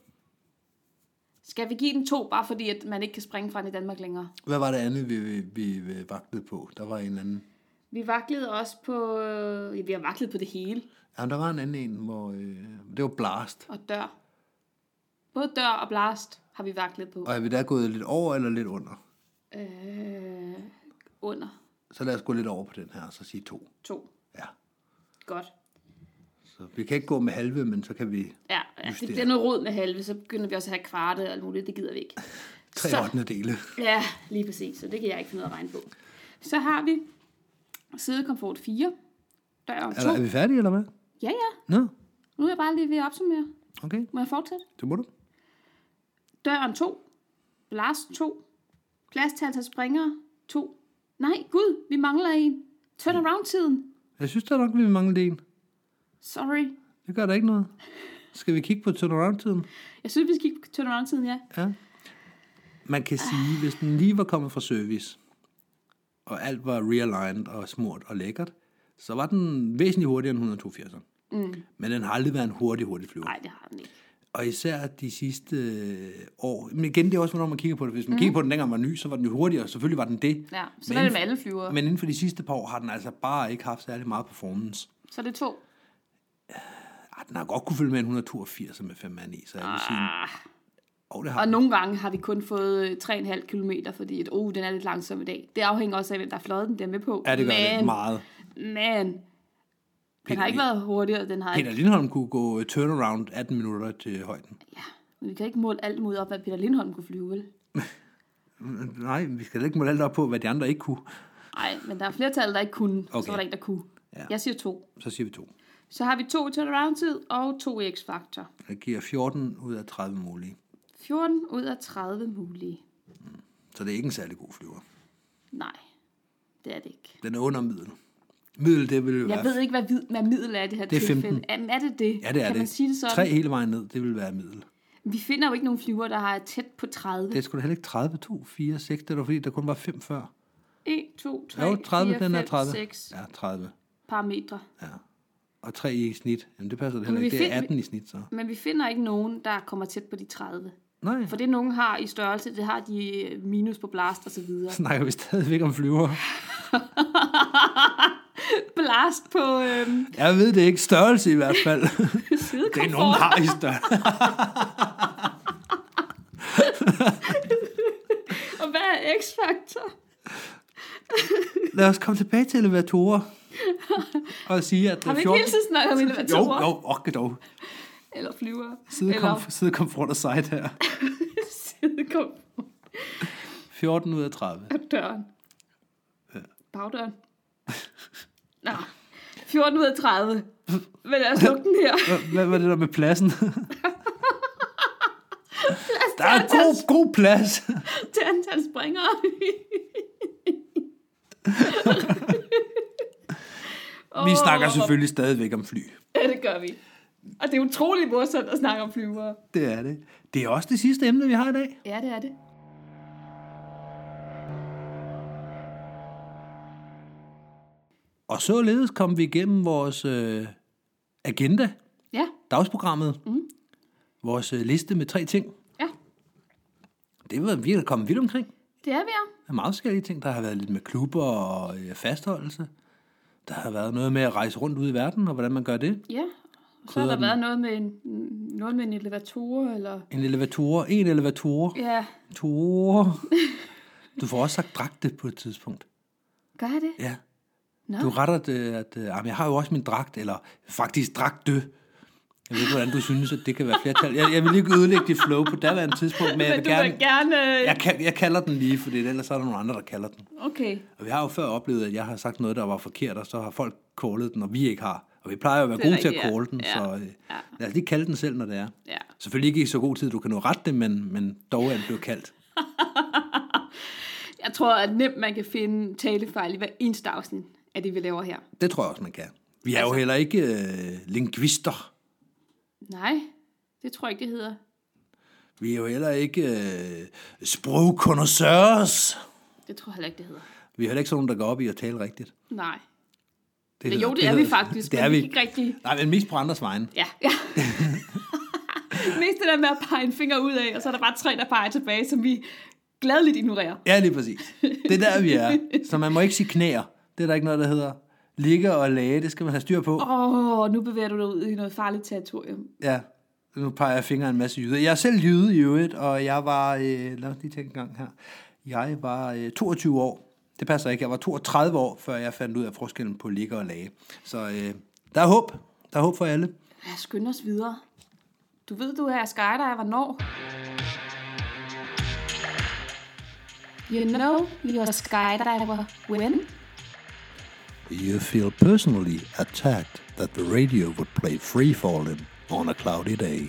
Skal vi give den 2, bare fordi at man ikke kan springe fra den i Danmark længere? Hvad var det andet, vi vaklede på? Der var en anden... Vi vaklede også på... vi har vaklet på det hele. Ja, der var en anden en, hvor... det var blast. Og dør. Både dør og blast har vi vaklet på. Og er vi der gået lidt over eller lidt under? Under Så lad os gå lidt over på den her, og så sige 2. 2. Ja. Godt. Så vi kan ikke gå med halve, men så kan vi Ja, det bliver noget rod med halve, så begynder vi også at have kvarte og alt muligt. Det gider vi ikke. 3/8 dele. Ja, lige præcis. Så det kan jeg ikke finde ud af at regne på. Så har vi sidekomfort 4. Døren 2. Er vi færdige, eller hvad? Ja. Nå, Nu er jeg bare lige ved at opsummere. okay. Må jeg fortsætte? Det må du. Døren 2. Blast 2. Plads til 50 springere 2. Nej, gud, vi mangler en. Turnaround-tiden. Jeg synes da nok, vi vil mangle en. Sorry. Det gør der ikke noget. Skal vi kigge på turnaround-tiden? Jeg synes, vi skal kigge på turnaround-tiden, ja. Ja. Man kan sige, hvis den lige var kommet fra service, og alt var realigned og smurt og lækkert, så var den væsentligt hurtigere end 182'eren. Men den har aldrig været en hurtig flyver. Nej, det har den ikke. Og især de sidste år. Men igen, det er også, hvornår man kigger på det. Hvis man kigger på den, dengang var ny, så var den jo hurtigere. Selvfølgelig var den det. Ja, så er det med alle flyvere. Men inden for de sidste par år har den altså bare ikke haft særlig meget performance. Så er det 2. Den har godt kunne følge med en 182 med 5 mand i, så jeg vil sige... det har Og den. nogle gange har vi kun fået 3,5 kilometer, fordi den er lidt langsom i dag. Det afhænger også af, hvem der er fløjet den der med på. Ja, det gør det meget. Men den har ikke været hurtigere. Den har Peter Lindholm kunne gå turnaround 18 minutter til højden. Ja, men vi kan ikke måle alt mod op, hvad Peter Lindholm kunne flyve, vel? Nej, vi skal ikke måle alt op på, hvad de andre ikke kunne. Nej, men der er flertal, der ikke kunne. Okay. Så var der ikke, der kunne. Ja. Jeg siger 2. Så siger vi 2. Så har vi 2 i turnaround-tid og 2 i X-faktor. Det giver 14 ud af 30 mulige. 14 ud af 30 mulige. Så det er ikke en særlig god flyver. Nej, det er det ikke. Den er under middel. Middel, det vil være... Jeg ved ikke, hvad middel er i det her Det er 15. tilfælde. Jamen, er det det? Ja, det er kan det. man sige det sådan? 3 hele vejen ned, det vil være middel. Vi finder jo ikke nogen flyver, der har tæt på 30. Det er sgu da heller ikke 30, 2, 4, 6. Det var fordi, der kun var 5 før. 1, 2, 3, Jo, 30, 4, den er 5, 30. 6 Ja, 30. parametre. Ja. Og 3 i snit. Jamen, det passer det heller Men ikke. vi Det er 18 i snit, så. Men vi finder ikke nogen, der kommer tæt på de 30. Nej, For det nogen har i størrelse, det har de minus på blast og så videre. snakker vi stadigvæk om flyver. Blast på Jeg ved det ikke. Størrelse i hvert fald. sidekomfort. Det er nogen har i størrelse. Og hvad er X-faktor? Lad os komme tilbage til elevatorer. Og sige, at Har vi ikke hele tiden snakket om elevatorer? Jo, dog. Eller flyver? Sidekomfort og side her. Sidekomfort. 14 ud af 30. Og døren. Bagdøren. Nå. 14 ud af 30. Men lad os lukke den her. Hvad var det der med pladsen? Der er god plads. Til antal springere. Vi snakker selvfølgelig stadigvæk om fly. Ja, det gør vi. Og det er utroligt morsomt at snakke om flyvere. Det er det. Det er også det sidste emne, vi har i dag. Ja, det er det. Og således kom vi igennem vores agenda, Ja. dagsprogrammet, vores liste med 3 ting. Ja, Det var vi er kommet vidt omkring. det er vi Der er meget forskellige ting. Der har været lidt med klubber og fastholdelse. Der har været noget med at rejse rundt ud i verden, og hvordan man gør det. Ja. Og så har der været noget med en elevator, eller... En elevator. Ja, Tor. Du får også sagt dragte på et tidspunkt. gør jeg det? Ja. Nå. Du retter det, at jeg har jo også min dragt, eller faktisk dragte. Jeg ved ikke, hvordan du synes, at det kan være flertal. Jeg vil ikke ødelægge dit flow på daværende tidspunkt, men jeg vil gerne... Jeg kalder den lige, for ellers er der nogle andre, der kalder den. Okay. Og vi har jo før oplevet, at jeg har sagt noget, der var forkert, og så har folk callet den, og vi ikke har. Og vi plejer jo at være Det er gode til at rigtigt, ja. calle den, Ja. så lad os lige kalde den selv, når det er. Ja. Selvfølgelig ikke i så god tid, du kan nå ret det, men dog er den blevet kaldt. Jeg tror, at nemt man kan finde talefejl i hver eneste afsnit af det, vi laver her. Det tror jeg også, man kan. Vi er jo heller ikke lingvister. Nej, det tror jeg ikke, det hedder. Vi er jo heller ikke sprogconnoisseurs. Det tror jeg heller ikke, det hedder. Vi er heller ikke sådan nogen, der går op i at tale rigtigt. Nej. Det Jo, det er vi faktisk, Det men er vi vi. kan ikke rigtig... Nej, men mest på andres vegne. Ja. Mest det der med at pege en finger ud af, og så er der bare 3, der peger tilbage, som vi gladeligt ignorerer. Ja, lige præcis. Det er der, vi er. Så man må ikke sige knæer. Det er der ikke noget, der hedder. Ligge og lage, det skal man have styr på. Nu bevæger du dig ud i noget farligt territorium. Ja, nu peger jeg fingeren en masse jyder. Jeg er selv jyde i øvrigt, og jeg var... lad os lige tænke en gang her. Jeg var 22 år. Det passer ikke. Jeg var 32 år, før jeg fandt ud af forskellen på ligge og lage. Så der er håb. Der er håb for alle. Ja, skynd os videre. Du ved, du er skydiver hvornår? You know you're a skydiver when? You feel personally attacked that the radio would play Free Fallin' on a cloudy day.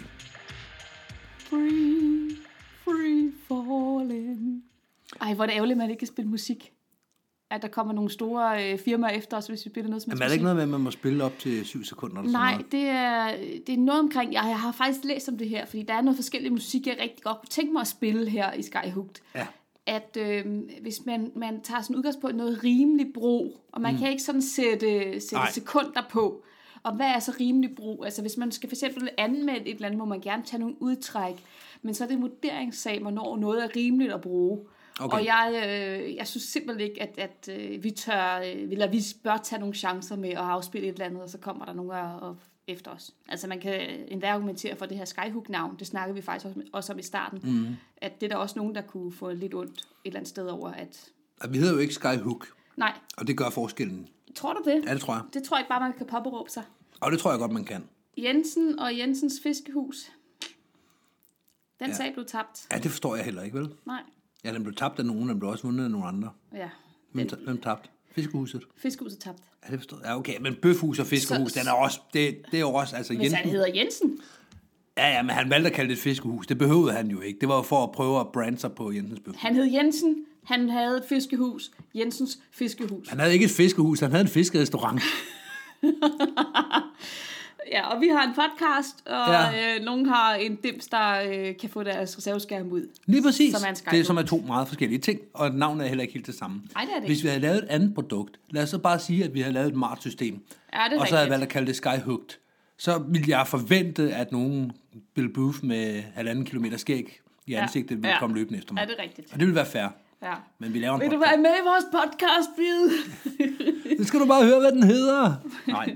Free falling. Ej, hvor er det ærgerligt, at man ikke kan spille musik. At der kommer nogle store firmaer efter os, hvis vi spiller noget som Men er det ikke noget med, at man må spille op til 7 sekunder? Eller Nej, sådan det er noget omkring... Jeg har faktisk læst om det her, fordi der er noget forskellig musik, jeg rigtig godt kunne tænke mig at spille her i Skyhooked. Ja. At hvis man tager sådan udgangspunkt noget rimelig brug, og man kan ikke sådan sætte sekunder på. Og hvad er så rimelig brug? Altså hvis man skal for eksempel anmelde et eller andet, må man gerne tage nogle udtræk. Men så er det en vurderingssag, hvornår noget er rimeligt at bruge. Okay. Og jeg synes simpelthen ikke, at vi bør tage nogle chancer med at afspille et eller andet, og så kommer der nogen efter os. Altså man kan endda argumentere for det her Skyhook-navn, det snakker vi faktisk også om i starten, at det er der også nogen, der kunne få lidt ondt et eller andet sted over, at... Vi hedder jo ikke Skyhook. Nej. Og det gør forskellen. Tror du det? Ja, det tror jeg. Det tror jeg ikke bare, man kan påberåbe sig. Og det tror jeg godt, man kan. Jensen og Jensens Fiskehus. Den sag blev tabt. Ja, det forstår jeg heller ikke, vel? Nej. Ja, den blev tabt af nogen, den blev også vundet af nogle andre. Ja. Hvem tabte? Fiskehuset? Fiskehuset tabt. Ja, det forstår jeg. Ja, okay, men Bøfhus og Fiskehus, den er også, det er jo også, altså Hvis han hedder Jensen. Ja, men han valgte at kalde det et fiskehus. Det behøvede han jo ikke. Det var jo for at prøve at brande sig på Jensens Bøfhus. Han hed Jensen, han havde et fiskehus. Jensens Fiskehus. Han havde ikke et fiskehus, han havde en fiskerestaurant. Ja, og vi har en podcast, og nogen har en dims, der kan få deres reserveskærm ud. Lige præcis. Som er 2 meget forskellige ting, og navnet er heller ikke helt det samme. Nej, det er det. Hvis vi havde lavet et andet produkt, lad os så bare sige, at vi havde lavet et MART-system, og så havde jeg valgt at kalde det Skyhooked, så ville jeg forvente, at nogen Bill Booth med 1,5 kilometer skæg i ansigtet ville komme løbende efter mig. Ja, det er rigtigt. Og det ville være fair. Ja. Men vi laver en Vil podcast. du være med i vores podcast, Bill? Det skal du bare høre, hvad den hedder. Nej.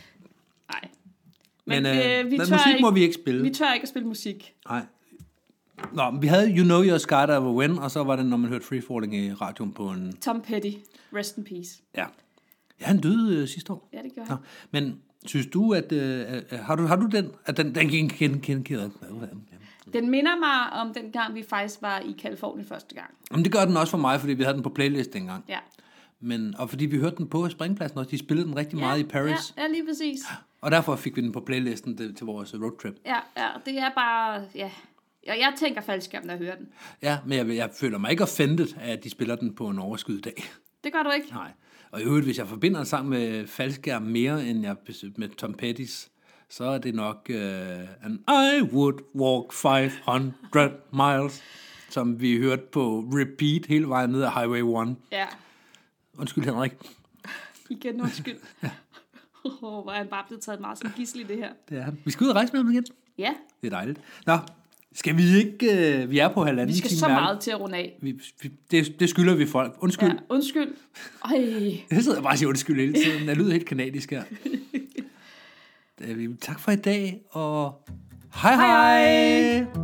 Men musik må vi ikke spille. Vi tør ikke at spille musik. Nej. Nå, vi havde You Know You're a Skydiver When, og så var det, når man hørte Free Falling i radioen på en... Tom Petty, rest in peace. Ja. Ja, han døde sidste år. Ja, det gjorde han. Men synes du, at... har du den? At den gik kendt? Den minder mig om den gang, vi faktisk var i Californien første gang. Jamen, det gør den også for mig, fordi vi havde den på playlist dengang. Ja. Og fordi vi hørte den på springpladsen også. De spillede den rigtig meget i Paris. Ja, lige præcis. Og derfor fik vi den på playlisten til vores roadtrip. Ja, det er bare... Ja. Og jeg tænker faldskærm, når jeg hører den. Ja, men jeg føler mig ikke offended af, at de spiller den på en overskyet dag. Det gør du ikke? Nej. Og i øvrigt, hvis jeg forbinder en sang med faldskærm mere, end jeg med Tom Petty's, så er det nok And I would walk 500 miles, som vi hørte på repeat hele vejen ned ad Highway 1. Ja. Undskyld, Henrik. Igen undskyld. Hvor er han bare blevet taget meget som gidsel i det her. Det er. Vi skal ud og rejse med ham igen. Ja. Det er dejligt. Nå, skal vi ikke... vi er på 1,5 time. Vi skal så meget til at runde af. Det skylder vi folk. Undskyld. Ja, undskyld. Jeg sidder bare og siger undskyld hele tiden. Jeg lyder helt kanadisk her. Tak for i dag, og hej hej!